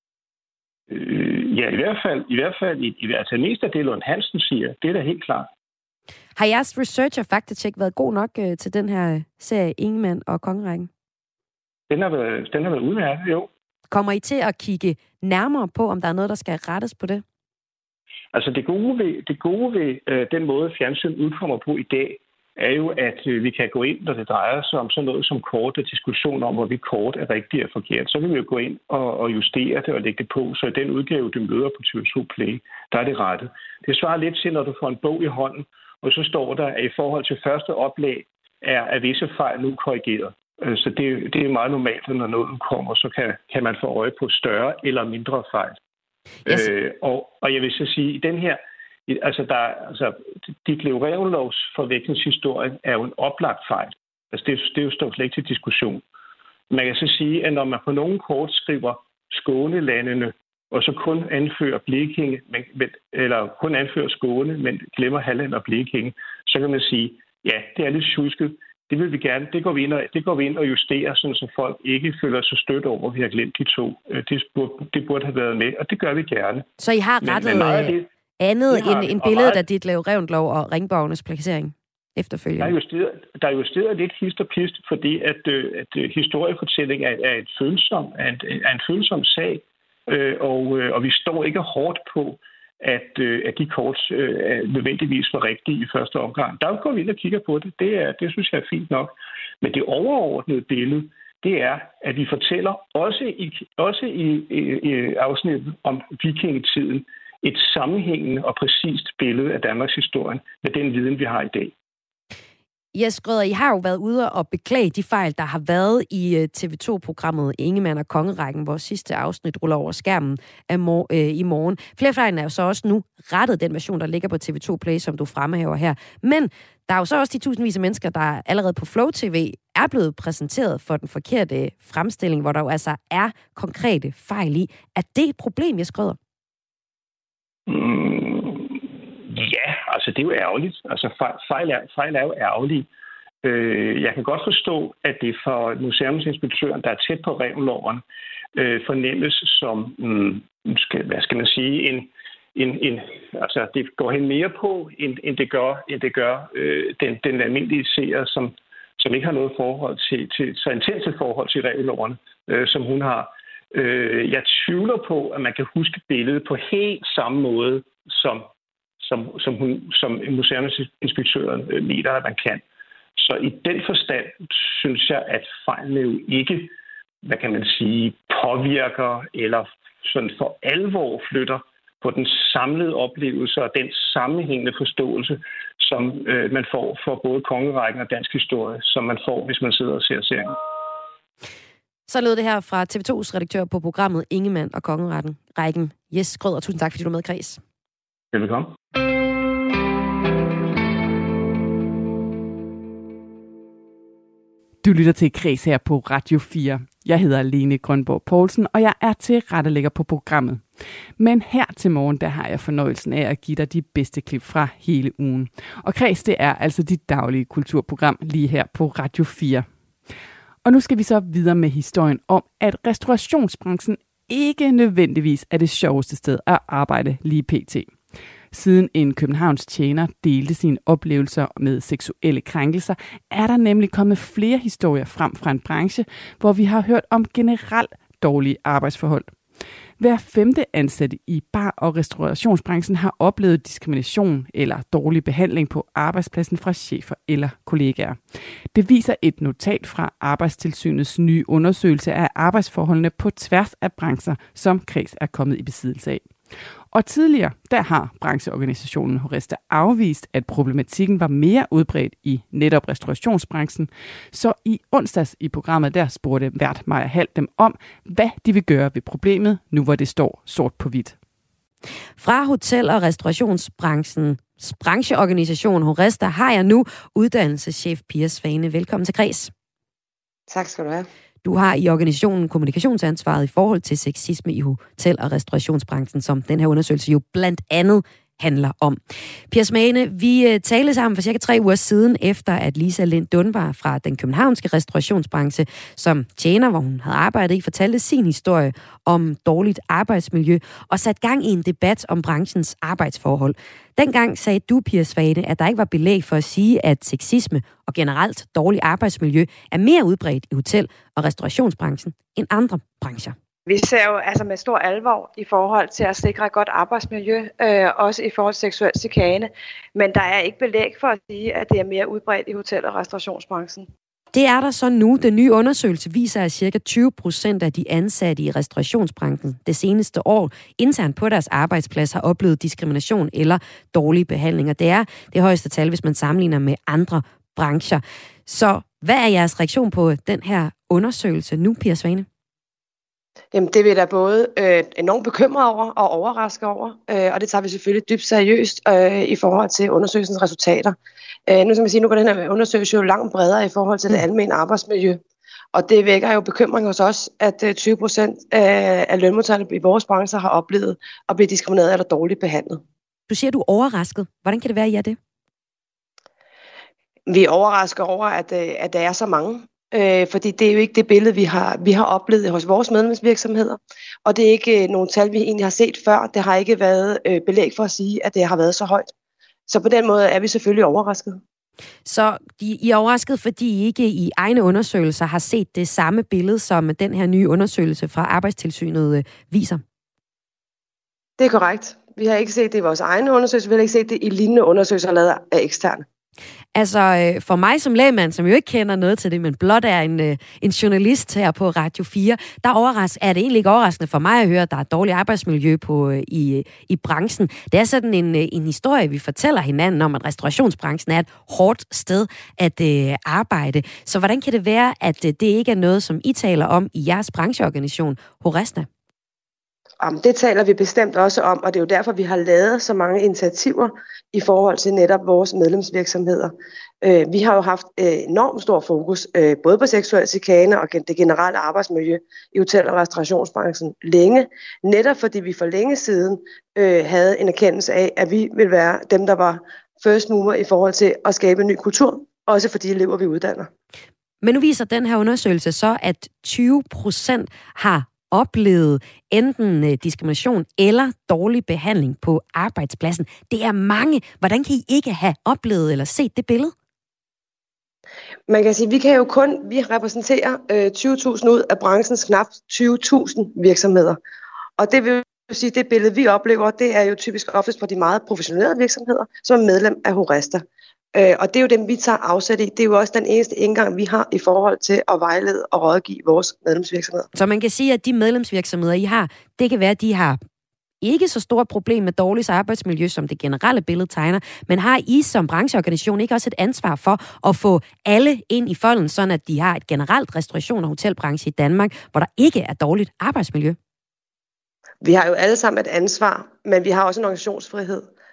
S8: Øh, ja, i hvert fald, i hvert fald, i, i, altså mest af det, Lund Hansen siger, det er da helt klart.
S2: Har jeres research og faktatjek været god nok øh, til den her serie Ingemann og Kongerækken?
S8: Den har været, den har været udmærket, jo.
S2: Kommer I til at kigge nærmere på, om der er noget, der skal rettes på det?
S8: Altså det gode ved, det gode ved øh, den måde, fjernsyn udkommer på i dag, er jo, at øh, vi kan gå ind, når det drejer sig om sådan noget som kort og diskussion om, hvorvidt kort er rigtigt og forkert. Så vil vi jo gå ind og, og justere det og lægge det på, så i den udgave, du møder på T V to Play, der er det rettet. Det svarer lidt til, når du får en bog i hånden, og så står der, at i forhold til første oplag er, er visse fejl nu korrigeret. Så det, det er meget normalt, at når noget kommer, så kan, kan man få øje på større eller mindre fejl. Yes. Øh, og, og jeg vil så sige, at den her, altså, der, altså Ditlev Reventlows forvekslingshistorie er jo en oplagt fejl. Altså det, det er jo stort slet ikke til diskussion. Man kan så sige, at når man på nogle kort skriver Skånelandene, og så kun anfører Blekinge, men, eller kun anfører Skåne, men glemmer Halland og Blekinge, så kan man sige, ja, det er lidt sjusket. Det vil vi gerne. Det går vi ind og, det går vi ind og justerer, sådan, så folk ikke føler sig stødt over, at vi har glemt de to. Det burde, det burde have været med, og det gør vi gerne.
S2: Så I har rettet men, men det, andet end, end billedet af Ditlev Reventlow og Ringborgenes placering efterfølgende?
S8: Der er justeret, der er justeret lidt hist og pist, fordi at, at historiefortælling er, er, et følsom, er, en, er en følsom sag, og, og vi står ikke hårdt på, at, øh, at de kort øh, nødvendigvis var rigtige i første omgang. Der går vi ind og kigger på det. Det, er, det synes jeg er fint nok. Men det overordnede billede, det er, at vi fortæller også i, også i, i, i afsnittet om vikingetiden et sammenhængende og præcist billede af Danmarks historie med den viden, vi har i dag.
S2: Jes Schrøder, I har jo været ude og beklage de fejl, der har været i T V to-programmet Ingemann og Kongerækken, hvor sidste afsnit ruller over skærmen af mor- øh, i morgen. Flere fejl er jo så også nu rettet den version, der ligger på T V to Play, som du fremhæver her. Men der er jo så også de tusindvis af mennesker, der allerede på Flow T V er blevet præsenteret for den forkerte fremstilling, hvor der jo altså er konkrete fejl i. Er det et problem, Jes Schrøder?
S8: Mm. Ja, altså det er jo ærgerligt. Altså fejl, fejl, er, fejl er jo ærgerlige. Øh, jeg kan godt forstå, at det for museumsinspektøren, der er tæt på Reventloven, øh, fornemmes som, mm, skal, hvad skal man sige, en, en, en, altså det går hen mere på, end, end det gør, end det gør øh, den, den almindelige seer, som, som ikke har noget forhold til, til så intense forhold til Reventloven, øh, som hun har. Øh, jeg tvivler på, at man kan huske billedet på helt samme måde, som som, som, hun, som museumsinspektøren øh, mener, at man kan. Så i den forstand synes jeg, at fejlene jo ikke, hvad kan man sige, påvirker eller sådan for alvor flytter på den samlede oplevelse og den sammenhængende forståelse, som øh, man får for både Kongerækken og dansk historie, som man får, hvis man sidder og ser serien.
S2: Så lød det her fra T V tos redaktør på programmet Ingemann og Kongerækken, Jes Schrøder. Tusind tak, fordi du var med, Kreds.
S8: Velkommen.
S1: Du lytter til Kreds her på Radio fire. Jeg hedder Lene Grønborg Poulsen, og jeg er tilrettelægger på programmet. Men her til morgen, der har jeg fornøjelsen af at give dig de bedste klip fra hele ugen. Og Kreds, det er altså dit daglige kulturprogram lige her på Radio fire. Og nu skal vi så videre med historien om, at restaurationsbranchen ikke nødvendigvis er det sjoveste sted at arbejde lige pt. Siden en Københavns tjener delte sine oplevelser med seksuelle krænkelser, er der nemlig kommet flere historier frem fra en branche, hvor vi har hørt om generelt dårlige arbejdsforhold. Hver femte ansatte i bar- og restaurationsbranchen har oplevet diskrimination eller dårlig behandling på arbejdspladsen fra chefer eller kollegaer. Det viser et notat fra Arbejdstilsynets nye undersøgelse af arbejdsforholdene på tværs af brancher, som Kreds er kommet i besiddelse af. Og tidligere, der har brancheorganisationen HORESTA afvist, at problematikken var mere udbredt i netop restaurationsbranchen. Så i onsdags i programmet, der spurgte vært Maja Hall dem om, hvad de vil gøre ved problemet, nu hvor det står sort på hvidt.
S2: Fra hotel- og restaurationsbranchens brancheorganisation HORESTA har jeg nu uddannelseschef Pia Svane. Velkommen til Kreds.
S9: Tak skal du have.
S2: Du har i organisationen kommunikationsansvaret i forhold til sexisme i hotel- og restaurationsbranchen, som den her undersøgelse jo blandt andet handler om. Pia Svane, vi talte sammen for cirka tre uger siden, efter at Lisa Lind Dunbar fra den københavnske restaurationsbranche, som tjener, hvor hun havde arbejdet i, fortalte sin historie om dårligt arbejdsmiljø og satte gang i en debat om branchens arbejdsforhold. Dengang sagde du, Pia Svane, at der ikke var belæg for at sige, at sexisme og generelt dårligt arbejdsmiljø er mere udbredt i hotel- og restaurationsbranchen end andre brancher.
S9: Vi ser jo altså med stor alvor i forhold til at sikre et godt arbejdsmiljø, øh, også i forhold til seksuel chikane. Men der er ikke belæg for at sige, at det er mere udbredt i hotel- og restaurationsbranchen.
S2: Det er der så nu. Den nye undersøgelse viser, at ca. tyve procent af de ansatte i restaurationsbranchen det seneste år internt på deres arbejdsplads har oplevet diskrimination eller dårlige behandlinger. Det er det højeste tal, hvis man sammenligner med andre brancher. Så hvad er jeres reaktion på den her undersøgelse nu, Pia Svane?
S9: Jamen, det er vi da både øh, enormt bekymret over og overrasket over, øh, og det tager vi selvfølgelig dybt seriøst øh, i forhold til undersøgelsens resultater. Øh, nu skal man sige, nu går den her undersøgelse jo langt bredere i forhold til det almene arbejdsmiljø, og det vækker jo bekymring hos os, at øh, tyve procent af, af lønmodtagerne i vores branche har oplevet at blive diskrimineret eller dårligt behandlet.
S2: Du siger, du er overrasket. Hvordan kan det være, at I er det?
S9: Vi er overrasket over, at, øh, at der er så mange. Øh, fordi det er jo ikke det billede, vi har, vi har oplevet hos vores medlemsvirksomheder. Og det er ikke øh, nogle tal, vi egentlig har set før. Det har ikke været øh, belæg for at sige, at det har været så højt. Så på den måde er vi selvfølgelig overrasket.
S2: Så I er overrasket, fordi I ikke i egne undersøgelser har set det samme billede, som den her nye undersøgelse fra Arbejdstilsynet øh, viser?
S9: Det er korrekt. Vi har ikke set det i vores egne undersøgelser. Vi har ikke set det i lignende undersøgelser lavet af eksterne.
S2: Altså, for mig som lægmand, som jo ikke kender noget til det, men blot er en, en journalist her på Radio fire, der overras- er det egentlig ikke overraskende for mig at høre, at der er dårligt arbejdsmiljø på, i, i branchen. Det er sådan en, en historie, vi fortæller hinanden om, at restaurationsbranchen er et hårdt sted at uh, arbejde. Så hvordan kan det være, at uh, det ikke er noget, som I taler om i jeres brancheorganisation, HORESTA?
S9: Det taler vi bestemt også om, og det er jo derfor, vi har lavet så mange initiativer i forhold til netop vores medlemsvirksomheder. Vi har jo haft enormt stor fokus både på seksuel chikane og det generelle arbejdsmiljø i hotel- og restaurationsbranchen længe, netop fordi vi for længe siden havde en erkendelse af, at vi ville være dem, der var first mover i forhold til at skabe en ny kultur, også for de elever, vi uddanner.
S2: Men nu viser den her undersøgelse så, at tyve procent har oplevet enten diskrimination eller dårlig behandling på arbejdspladsen. Det er mange. Hvordan kan I ikke have oplevet eller set det billede?
S9: Man kan sige, at vi kan jo kun, vi repræsenterer øh, tyve tusind ud af branchens knap tyve tusind virksomheder. Og det vil sige, det billede, vi oplever, det er jo typisk oftest på de meget professionelle virksomheder, som er medlem af HORESTA. Øh, og det er jo dem, vi tager afsæt i. Det er jo også den eneste indgang, vi har i forhold til at vejlede og rådgive vores medlemsvirksomheder.
S2: Så man kan sige, at de medlemsvirksomheder, I har, det kan være, at de har ikke så stort problem med dårligt arbejdsmiljø, som det generelle billede tegner, men har I som brancheorganisation ikke også et ansvar for at få alle ind i folden, sådan at de har et generelt restauration- og hotelbranche i Danmark, hvor der ikke er dårligt arbejdsmiljø?
S9: Vi har jo alle sammen et ansvar, men vi har også en organisationsfrihed.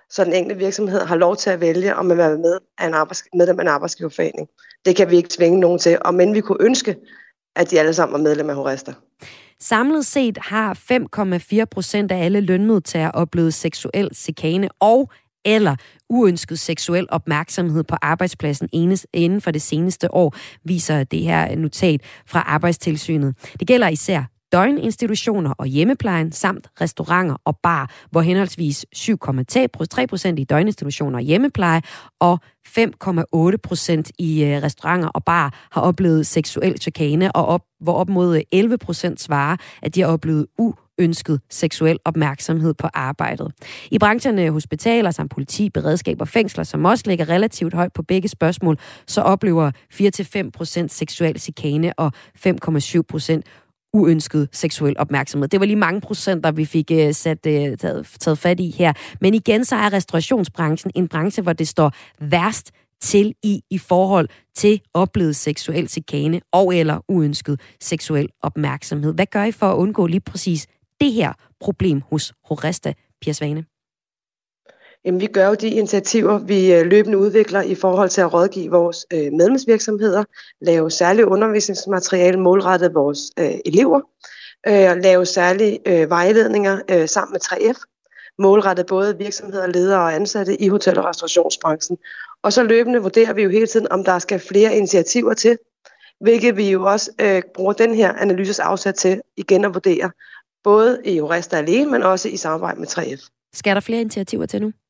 S9: så den enkelte virksomhed har lov til at vælge, om man vil være med af en arbejds- medlem af en arbejdsgiverforening. Det kan vi ikke tvinge nogen til, og men vi kunne ønske, at de alle sammen var medlem af HORESTA.
S2: Samlet set har fem komma fire procent af alle lønmodtagere oplevet seksuel chikane og eller uønsket seksuel opmærksomhed på arbejdspladsen inden for det seneste år, viser det her notat fra Arbejdstilsynet. Det gælder især døgninstitutioner og hjemmeplejen, samt restauranter og bar, hvor henholdsvis syv komma tre procent i døgninstitutioner og hjemmepleje og fem komma otte procent i restauranter og bar har oplevet seksuel chikane, og op, hvor op mod elleve procent svarer, at de har oplevet uønsket seksuel opmærksomhed på arbejdet. I brancherne hospitaler samt politi, beredskab og fængsler, som også ligger relativt højt på begge spørgsmål, så oplever fire til fem procent seksuel chikane og fem komma syv procent uønsket seksuel opmærksomhed. Det var lige mange procenter, vi fik uh, sat, uh, taget, taget fat i her. Men igen, så er restaurationsbranchen en branche, hvor det står værst til i, i forhold til oplevet seksuel chikane og eller uønsket seksuel opmærksomhed. Hvad gør I for at undgå lige præcis det her problem hos HORESTA, Pia Svane?
S9: Jamen, vi gør jo de initiativer, vi løbende udvikler i forhold til at rådgive vores øh, medlemsvirksomheder, lave særlig undervisningsmateriale målrettet vores øh, elever, øh, lave særlige øh, vejledninger øh, sammen med tre F, målrettet både virksomheder, ledere og ansatte i hotel- og restaurationsbranchen. Og så løbende vurderer vi jo hele tiden, om der skal flere initiativer til, hvilket vi jo også øh, bruger den her analyses afsat til igen at vurdere, både i HORESTA alene, men også i samarbejde med tre F.
S2: Skal der flere initiativer til nu?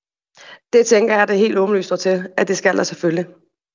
S9: Det tænker jeg, det er helt åbenlyst til, at det skal der selvfølgelig.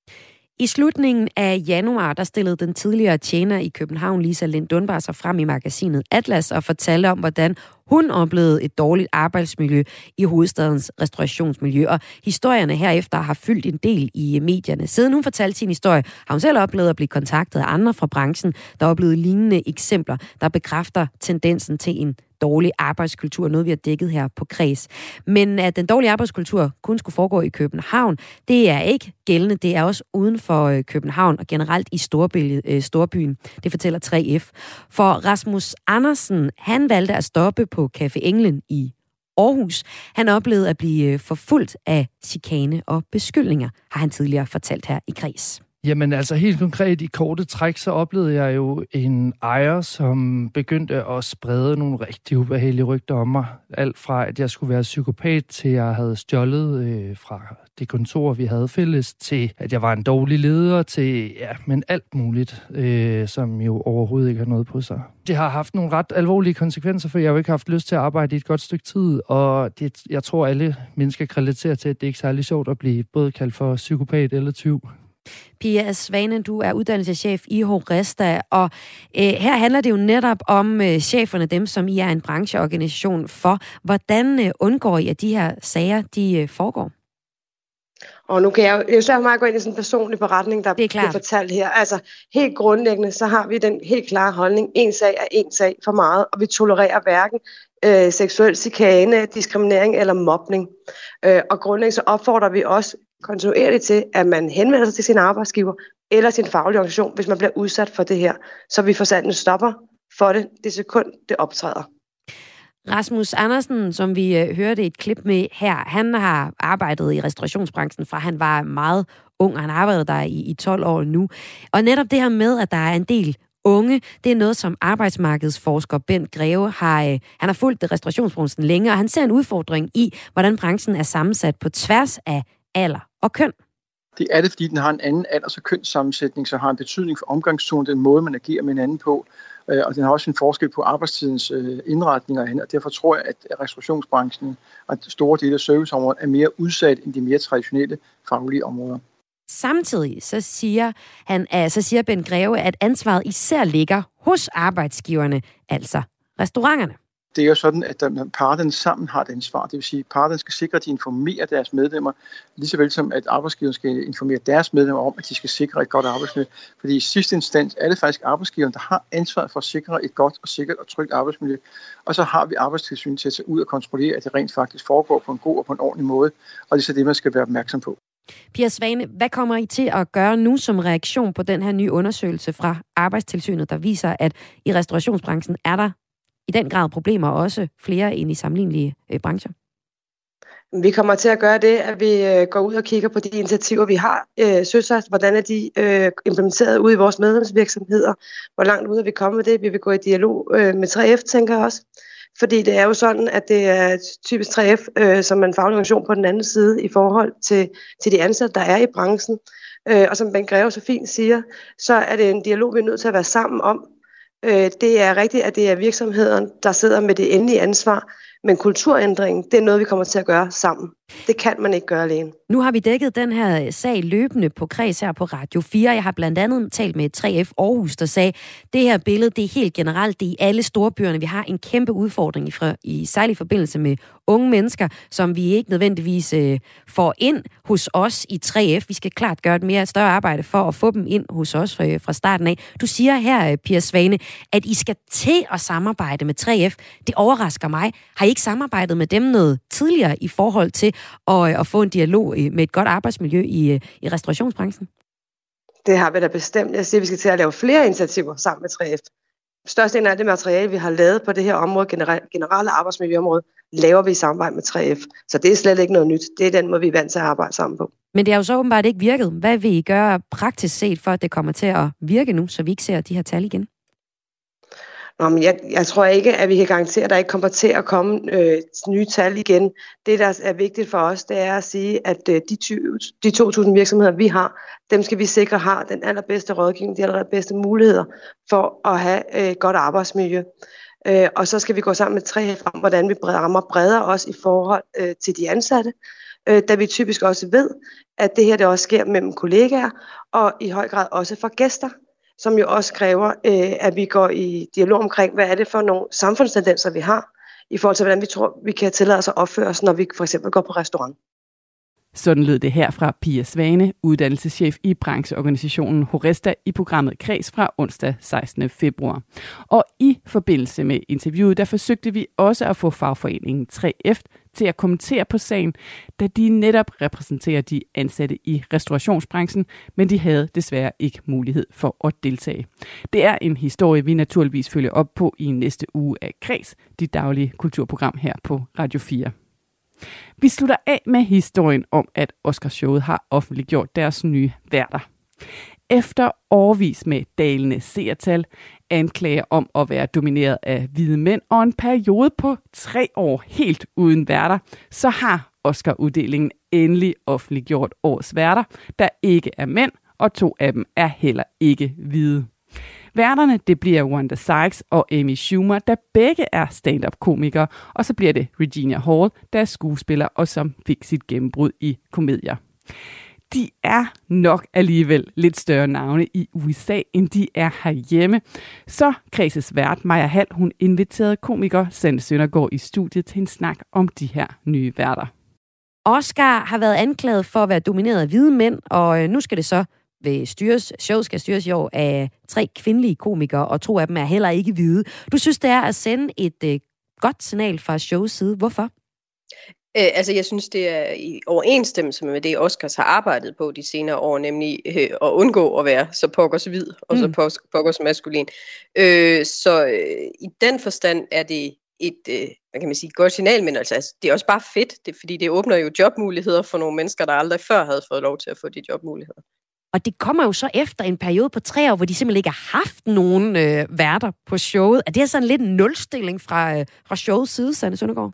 S2: I slutningen af januar, der stillede den tidligere tjener i København, Lisa Lind Dunbar, sig frem i magasinet Atlas og fortalte om, hvordan hun oplevede et dårligt arbejdsmiljø i hovedstadens restaurationsmiljø. Og historierne herefter har fyldt en del i medierne. Siden hun fortalte sin historie, har hun selv oplevet at blive kontaktet af andre fra branchen, der har oplevet lignende eksempler, der bekræfter tendensen til en dårlig arbejdskultur, noget vi har dækket her på Kreds. Men at den dårlige arbejdskultur kun skulle foregå i København, det er ikke gældende. Det er også uden for København og generelt i storbyen. Det fortæller tre F. For Rasmus Andersen, han valgte at stoppe på Café Englen i Aarhus. Han oplevede at blive forfulgt af chikane og beskyldninger, har han tidligere fortalt her i Kreds.
S10: Jamen altså helt konkret i korte træk, så oplevede jeg jo en ejer, som begyndte at sprede nogle rigtig ubehagelige rygter om mig. Alt fra, at jeg skulle være psykopat, til at jeg havde stjålet øh, fra det kontor, vi havde fælles, til at jeg var en dårlig leder, til ja, men alt muligt, øh, som jo overhovedet ikke har noget på sig. Det har haft nogle ret alvorlige konsekvenser, for jeg har jo ikke haft lyst til at arbejde i et godt stykke tid, og det, jeg tror, alle mennesker kan relatere til, at det ikke er særlig sjovt at blive både kaldt for psykopat eller tyv.
S2: Pia Svane, du er uddannelseschef i HORESTA, og øh, her handler det jo netop om øh, cheferne, dem som I er en brancheorganisation for. Hvordan øh, undgår I, at de her sager, de øh, foregår?
S9: Og nu kan jeg jo svært meget gå ind i sådan en personlig beretning, der bliver fortalt her. Altså helt grundlæggende, så har vi den helt klare holdning, en sag er en sag for meget, og vi tolererer hverken øh, seksuel chikane, diskriminering eller mobning. Øh, og grundlæggende så opfordrer vi også kontinuerligt til, at man henvender sig til sin arbejdsgiver eller sin faglige organisation, hvis man bliver udsat for det her, så vi får sat en stopper for det, det sekund, det optræder.
S2: Rasmus Andersen, som vi øh, hørte et klip med her, han har arbejdet i restaurationsbranchen fra han var meget ung, og han har arbejdet der i, i tolv år nu. Og netop det her med, at der er en del unge, det er noget, som arbejdsmarkedsforsker Bent Greve har, øh, han har fulgt restaurationsbranchen længe, og han ser en udfordring i, hvordan branchen er sammensat på tværs af alder og køn.
S11: Det er det, fordi den har en anden alders- og kønssammensætning, så har en betydning for omgangstonen, den måde, man agerer med hinanden på. Og den har også en forskel på arbejdstidens indretning og andet. Og derfor tror jeg, at restaurationsbranchen og store dele af serviceområdet er mere udsat end de mere traditionelle faglige områder.
S2: Samtidig så siger, han, så siger Bent Greve, at ansvaret især ligger hos arbejdsgiverne, altså restauranterne.
S11: Det er jo sådan, at parterne sammen har et ansvar. Det vil sige, at parterne skal sikre, at de informerer deres medlemmer, lige så vel som at arbejdsgiverne skal informere deres medlemmer om, at de skal sikre et godt arbejdsmiljø. Fordi i sidste instans er det faktisk arbejdsgiveren, der har ansvaret for at sikre et godt og sikkert og trygt arbejdsmiljø. Og så har vi Arbejdstilsynet til at tage ud og kontrollere, at det rent faktisk foregår på en god og på en ordentlig måde. Og det er så det, man skal være opmærksom på.
S2: Pia Svane, hvad kommer I til at gøre nu som reaktion på den her nye undersøgelse fra Arbejdstilsynet, der viser, at i restaurationsbranchen er der i den grad problemer, også flere end i sammenlignelige øh, brancher?
S9: Vi kommer til at gøre det, at vi øh, går ud og kigger på de initiativer, vi har øh, søsat. Hvordan er de øh, implementeret ude i vores medlemsvirksomheder? Hvor langt ud er vi kommet med det? Vi vil gå i dialog øh, med tre F, tænker jeg også. Fordi det er jo sådan, at det er typisk tre F, øh, som en faglig organisation på den anden side i forhold til, til de ansatte, der er i branchen. Øh, og som Ben Greve så fint siger, så er det en dialog, vi er nødt til at være sammen om. Øh, det er rigtigt, at det er virksomheden, der sidder med det endelige ansvar. Men kulturændringen, det er noget, vi kommer til at gøre sammen. Det kan man ikke gøre alene.
S2: Nu har vi dækket den her sag løbende på Kreds her på Radio fire. Jeg har blandt andet talt med tre F Aarhus, der sagde, det her billede, det er helt generelt, det er i alle storbyerne. Vi har en kæmpe udfordring i, fra, i særlig forbindelse med unge mennesker, som vi ikke nødvendigvis øh, får ind hos os i tre F. Vi skal klart gøre et mere større arbejde for at få dem ind hos os fra, fra starten af. Du siger her, Pia Svane, at I skal til at samarbejde med tre F. Det overrasker mig. Har I ikke samarbejdet med dem noget tidligere i forhold til at, at få en dialog med et godt arbejdsmiljø i, i restaurationsbranchen?
S9: Det har vi da bestemt. Jeg siger, at vi skal til at lave flere initiativer sammen med tre F. Størstedelen af det materiale, vi har lavet på det her område, generelle arbejdsmiljøområde, laver vi i samarbejde med tre F. Så det er slet ikke noget nyt. Det er den måde, vi er vant til at arbejde sammen på. Men
S2: det har jo så åbenbart ikke virket. Hvad vil I gøre praktisk set, for at det kommer til at virke nu, så vi ikke ser de her tal igen?
S9: Nå, men jeg, jeg tror ikke, at vi kan garantere, at der ikke kommer til at komme øh, nye tal igen. Det, der er vigtigt for os, det er at sige, at øh, de, tyve, de to tusind virksomheder, vi har, dem skal vi sikre har den allerbedste rådgivning, de allerbedste muligheder for at have et øh, godt arbejdsmiljø. Øh, og så skal vi gå sammen med tre F om, hvordan vi rammer bredere også i forhold øh, til de ansatte, øh, da vi typisk også ved, at det her det også sker mellem kollegaer, og i høj grad også for gæster, som jo også kræver, øh, at vi går i dialog omkring, hvad er det for nogle samfundstendenser, vi har, i forhold til, hvordan vi tror, vi kan tillade os at opføre os, når vi for eksempel går på restaurant.
S1: Sådan lød det her fra Pia Svane, uddannelseschef i brancheorganisationen Horesta i programmet Kreds fra onsdag sekstende februar. Og i forbindelse med interviewet, der forsøgte vi også at få fagforeningen tre F til at kommentere på sagen, da de netop repræsenterer de ansatte i restaurationsbranchen, men de havde desværre ikke mulighed for at deltage. Det er en historie, vi naturligvis følger op på i næste uge af Kreds, dit daglige kulturprogram her på Radio fire. Vi slutter af med historien om, at Oscarshowet har offentliggjort deres nye værter. Efter årevis med dalende seertal, anklager om at være domineret af hvide mænd og en periode på tre år helt uden værter, så har Oscar-uddelingen endelig offentliggjort årets værter, der ikke er mænd, og to af dem er heller ikke hvide. Værterne, det bliver Wanda Sykes og Amy Schumer, der begge er stand-up-komikere, og så bliver det Regina Hall, der er skuespiller og som fik sit gennembrud i komedier. De er nok alligevel lidt større navne i U S A, end de er herhjemme. Så Kredses vært, Maja Hall, hun inviterede komiker Sanne Søndergaard i studiet til en snak om de her nye værter.
S2: Oscar har været anklaget for at være domineret af hvide mænd, og nu skal det så ved styres, showet skal styres i år af tre kvindelige komikere, og to af dem er heller ikke hvide. Du synes, det er at sende et øh, godt signal fra showets side. Hvorfor?
S12: Øh, altså, jeg synes, det er i overensstemmelse med det, Oscars har arbejdet på de senere år, nemlig øh, at undgå at være så pokkers hvid og mm. så pokkers maskulin. Øh, så øh, i den forstand er det et, øh, hvad kan man sige, godt signal, men altså, altså, det er også bare fedt, det, fordi det åbner jo jobmuligheder for nogle mennesker, der aldrig før havde fået lov til at få de jobmuligheder.
S2: Og det kommer jo så efter en periode på tre år, hvor de simpelthen ikke har haft nogen øh, værter på showet. Er det sådan lidt en nulstilling fra, øh, fra showets side, Sanne Søndergaard?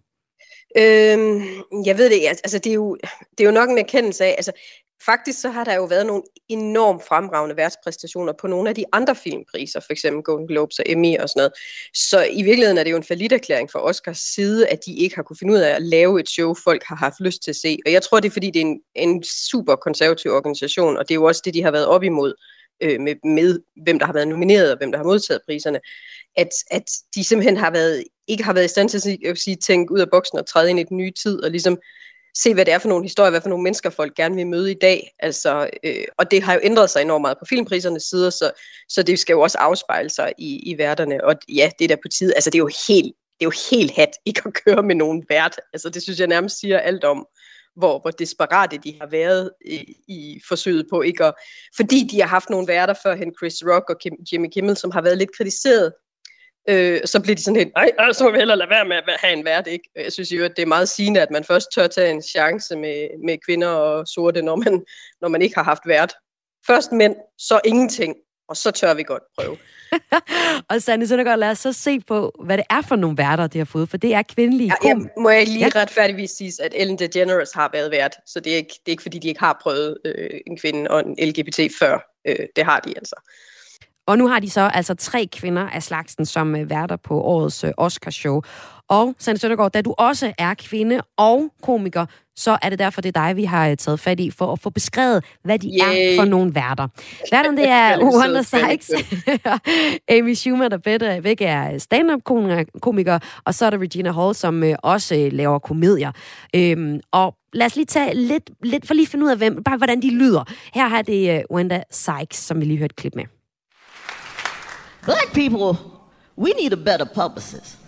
S12: Øhm, jeg ved det ikke. Altså, det er jo, det er jo nok en erkendelse af, altså, faktisk så har der jo været nogle enormt fremragende værtspræstationer på nogle af de andre filmpriser, for eksempel Golden Globes og Emmy og sådan noget. Så i virkeligheden er det jo en falliterklæring fra Oscars side, at de ikke har kunne finde ud af at lave et show, folk har haft lyst til at se. Og jeg tror, det er fordi, det er en, en super konservativ organisation, og det er jo også det, de har været op imod øh, med, med, hvem der har været nomineret og hvem der har modtaget priserne, at, at de simpelthen har været, ikke har været i stand til at sige, at sige, tænke ud af boksen og træde ind i den nye tid, og ligesom se, hvad det er for nogle historier, hvad for nogle mennesker folk gerne vil møde i dag. Altså, øh, og det har jo ændret sig enormt meget på filmprisernes sider, så, så det skal jo også afspejle sig i, i værterne. Og ja, det er der på tide. Altså, det er jo helt, det er jo helt hat ikke at køre med nogen vært. Altså, det synes jeg nærmest siger alt om, hvor, hvor desperate de har været i, i forsøget på ikke at... Fordi de har haft nogle værter førhen, Chris Rock og Kim, Jimmy Kimmel, som har været lidt kritiseret Øh, så bliver de sådan helt, nej, så må vi hellere lade være med at have en vært, ikke? Jeg synes jo, at det er meget sigende, at man først tør tage en chance med, med kvinder og sorte, når man, når man ikke har haft vært. Først mænd, så ingenting, og så tør vi godt prøve.
S2: Og Sanne Søndergaard, lad os så se på, hvad det er for nogle værter, de har fået, for det er kvindelige.
S12: Ja, jeg, må jeg lige ja. retfærdigvis sige, at Ellen DeGeneres har været vært, så det er ikke, det er ikke fordi, de ikke har prøvet øh, en kvinde og en L G B T før. Øh, det har de altså.
S2: Og nu har de så altså tre kvinder af slagsen som øh, værter på årets øh, Oscarshow. Og Sanne Søndergaard, da du også er kvinde og komiker, så er det derfor, det er dig, vi har øh, taget fat i for at få beskrevet, hvad de Yay. er for nogle værter. Værterne, det er Wanda Sykes, Amy Schumer, der bedre, begge er stand-up-komikere, og så er der Regina Hall, som øh, også øh, laver komedier. Øhm, og lad os lige tage lidt, lidt for lige finde ud af, hvem, bare hvordan de lyder. Her har det øh, Wanda Sykes, som vi lige hørte et klip med.
S13: Black people, we need a better publicist.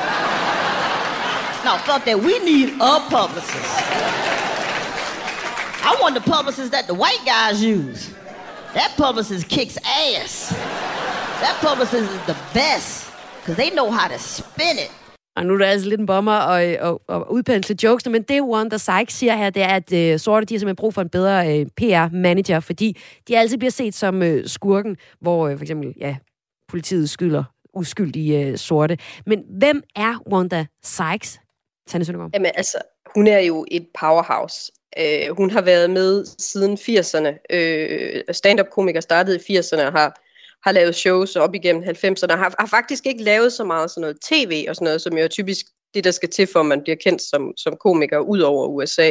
S13: No, fuck that. We need a publicist. I want the publicist that the white guys use. That publicist kicks ass. That publicist is the best, because they know how to spin it.
S2: Og nu er der altså lidt en bomber og, og, og udpensle jokes, men det Wanda Sykes siger her, det er, at øh, sorte, de har simpelthen brug for en bedre øh, P R-manager, fordi de altid bliver set som øh, skurken, hvor øh, for eksempel, ja, politiet skylder uskyldige øh, sorte. Men hvem er Wanda Sykes? Sanne Søndergaard.
S12: Jamen altså, hun er jo et powerhouse. Uh, hun har været med siden firserne. Uh, stand-up-komiker startede i firserne og har, har lavet shows op igennem halvfemserne. Har, har faktisk ikke lavet så meget sådan noget tv og sådan noget, som jo er typisk det, der skal til, for at man bliver kendt som, som komiker ud over U S A.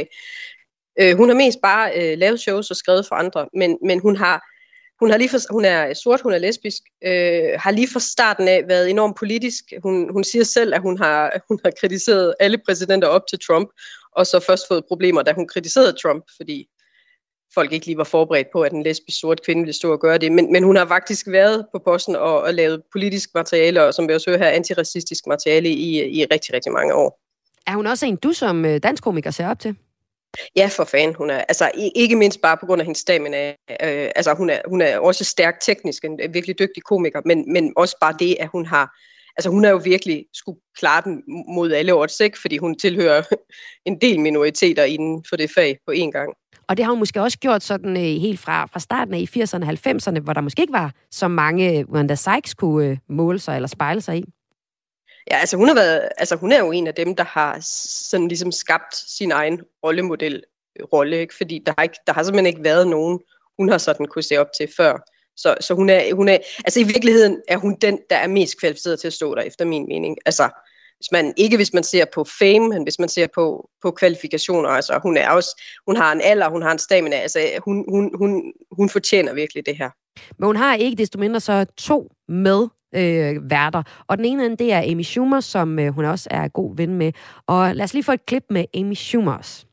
S12: Uh, hun har mest bare uh, lavet shows og skrevet for andre, men, men hun har Hun, har lige for, hun er sort, hun er lesbisk, øh, har lige fra starten af været enormt politisk. Hun, hun siger selv, at hun har, hun har kritiseret alle præsidenter op til Trump, og så først fået problemer, da hun kritiserede Trump, fordi folk ikke lige var forberedt på, at en lesbisk sort kvinde ville stå og gøre det. Men, men hun har faktisk været på posten og, og lavet politisk materiale, og som vi også hører her, antiracistisk materiale i, i rigtig, rigtig mange år.
S2: Er hun også en, du som dansk komiker ser op til?
S12: Ja, for fanden. Hun er, altså ikke mindst bare på grund af hendes stamina. Øh, altså hun er, hun er også stærk teknisk, en virkelig dygtig komiker, men, men også bare det, at hun har, altså hun er jo virkelig skulle klare den mod alle odds, ikke? Fordi hun tilhører en del minoriteter inden for det fag på én gang.
S2: Og det har hun måske også gjort sådan øh, helt fra, fra starten af i firserne og halvfemserne, hvor der måske ikke var så mange Wanda Sykes kunne øh, måle sig eller spejle sig i.
S12: Ja, altså hun har været, altså hun er jo en af dem, der har sådan ligesom skabt sin egen rollemodel rolle, ikke? Fordi der har ikke, der har simpelthen ikke været nogen, hun har sådan kunne se op til før. Så, så hun er, hun er, altså i virkeligheden er hun den, der er mest kvalificeret til at stå der, efter min mening. Altså, hvis man, ikke hvis man ser på fame, men hvis man ser på, på kvalifikationer, altså hun er også, hun har en alder, hun har en stamina, altså hun, hun, hun, hun fortjener virkelig det her.
S2: Men hun har ikke desto mindre så to med øh, værter. Og den ene, det er Amy Schumer, som øh, hun også er god ven med. Og lad os lige få et klip med Amy Schumers.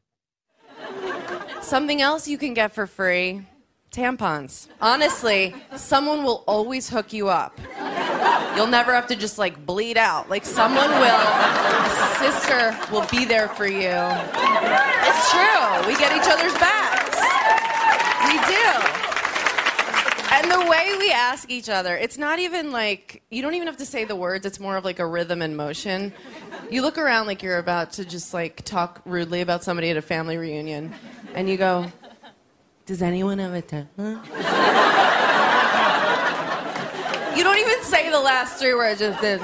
S14: Something else you can get for free. Tampons. Honestly, someone will always hook you up. You'll never have to just like bleed out. Like someone will, a sister will be there for you. It's true. We get each other's backs. We do. And the way we ask each other, it's not even like, you don't even have to say the words, it's more of like a rhythm and motion. You look around like you're about to just like talk rudely about somebody at a family reunion, and you go, does anyone have a tampon? You don't even say the last three words, just this.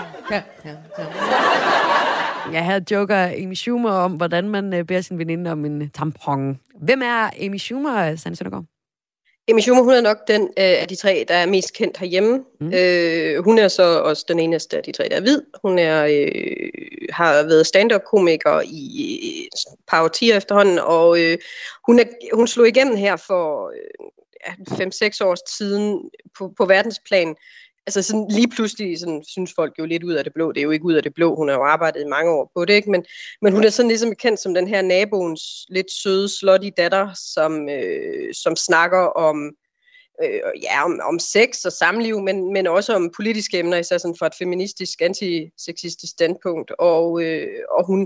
S2: Ja, her joker Amy Schumer om, hvordan man beder sin veninde om en tampon. Hvem er Amy Schumer, Sanne Søndergaard?
S12: Amy Schumer, hun er nok den øh, af de tre, der er mest kendt herhjemme. Mm. Øh, hun er så også den eneste af de tre, der er hvid. Hun er, øh, har været stand-up-komiker i et par årtier efterhånden, og øh, hun, er, hun slog igennem her for øh, fem seks års tiden på, på verdensplan. Altså sådan lige pludselig sådan, synes folk jo lidt ud af det blå. Det er jo ikke ud af det blå. Hun har jo arbejdet i mange år på det, ikke? Men, men hun er sådan ligesom kendt som den her naboens lidt søde, slutty datter, som, øh, som snakker om, øh, ja, om, om sex og samliv, men, men også om politiske emner, især sådan fra et feministisk, antiseksistisk standpunkt. Og, øh, og hun,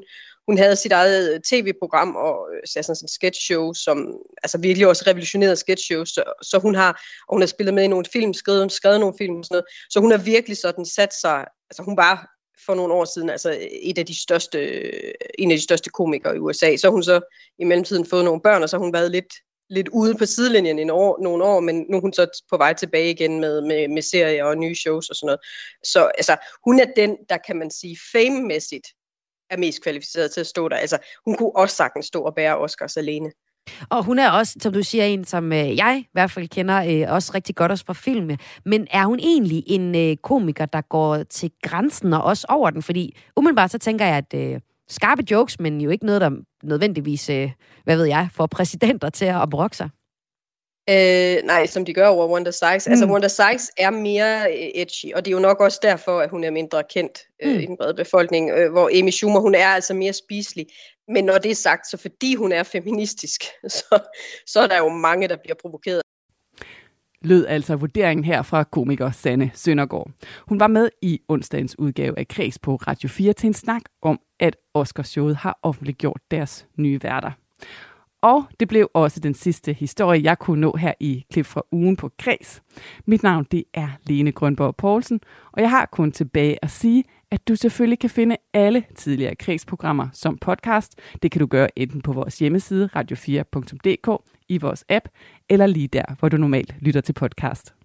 S12: hun havde sit eget tv-program og øh, sådan et sketchshow, som altså virkelig også revolutionerede sketchshows, så, så hun har, og hun har spillet med i nogle film, skrevet, skrevet nogle film og sådan noget, så hun har virkelig sådan sat sig, altså hun var for nogle år siden, altså et af de største, en af de største komikere i U S A, så har hun så i mellemtiden fået nogle børn, og så har hun været lidt lidt ude på sidelinjen i nogle år, nogle år, men nu er hun så på vej tilbage igen med, med, med serier og nye shows og sådan noget. Så altså, hun er den, der kan man sige, fame-mæssigt er mest kvalificeret til at stå der. Altså, hun kunne også sagtens stå og bære Oscars alene.
S2: Og hun er også, som du siger, en, som øh, jeg i hvert fald kender øh, også rigtig godt også fra film. Men er hun egentlig en øh, komiker, der går til grænsen og også over den? Fordi umiddelbart så tænker jeg, at øh, skarpe jokes, men jo ikke noget, der nødvendigvis, øh, hvad ved jeg, får præsidenter til at brokke sig.
S12: Øh, nej, som de gør over Wanda Sykes. Mm. Altså, Wanda Sykes er mere øh, edgy, og det er jo nok også derfor, at hun er mindre kendt øh, mm. i den brede befolkning, øh, hvor Amy Schumer, hun er altså mere spiselig. Men når det er sagt, så fordi hun er feministisk, så, så er der jo mange, der bliver provokeret.
S1: Lød altså vurderingen her fra komiker Sanne Søndergaard. Hun var med i onsdagens udgave af Kreds på Radio fire til en snak om, at Oscarshowet har offentliggjort deres nye værter. Og det blev også den sidste historie, jeg kunne nå her i Klip fra ugen på Kreds. Mit navn det er Lene Grønborg Poulsen, og jeg har kun tilbage at sige, at du selvfølgelig kan finde alle tidligere Kreds-programmer som podcast. Det kan du gøre enten på vores hjemmeside radio fire punktum d k, i vores app, eller lige der, hvor du normalt lytter til podcast.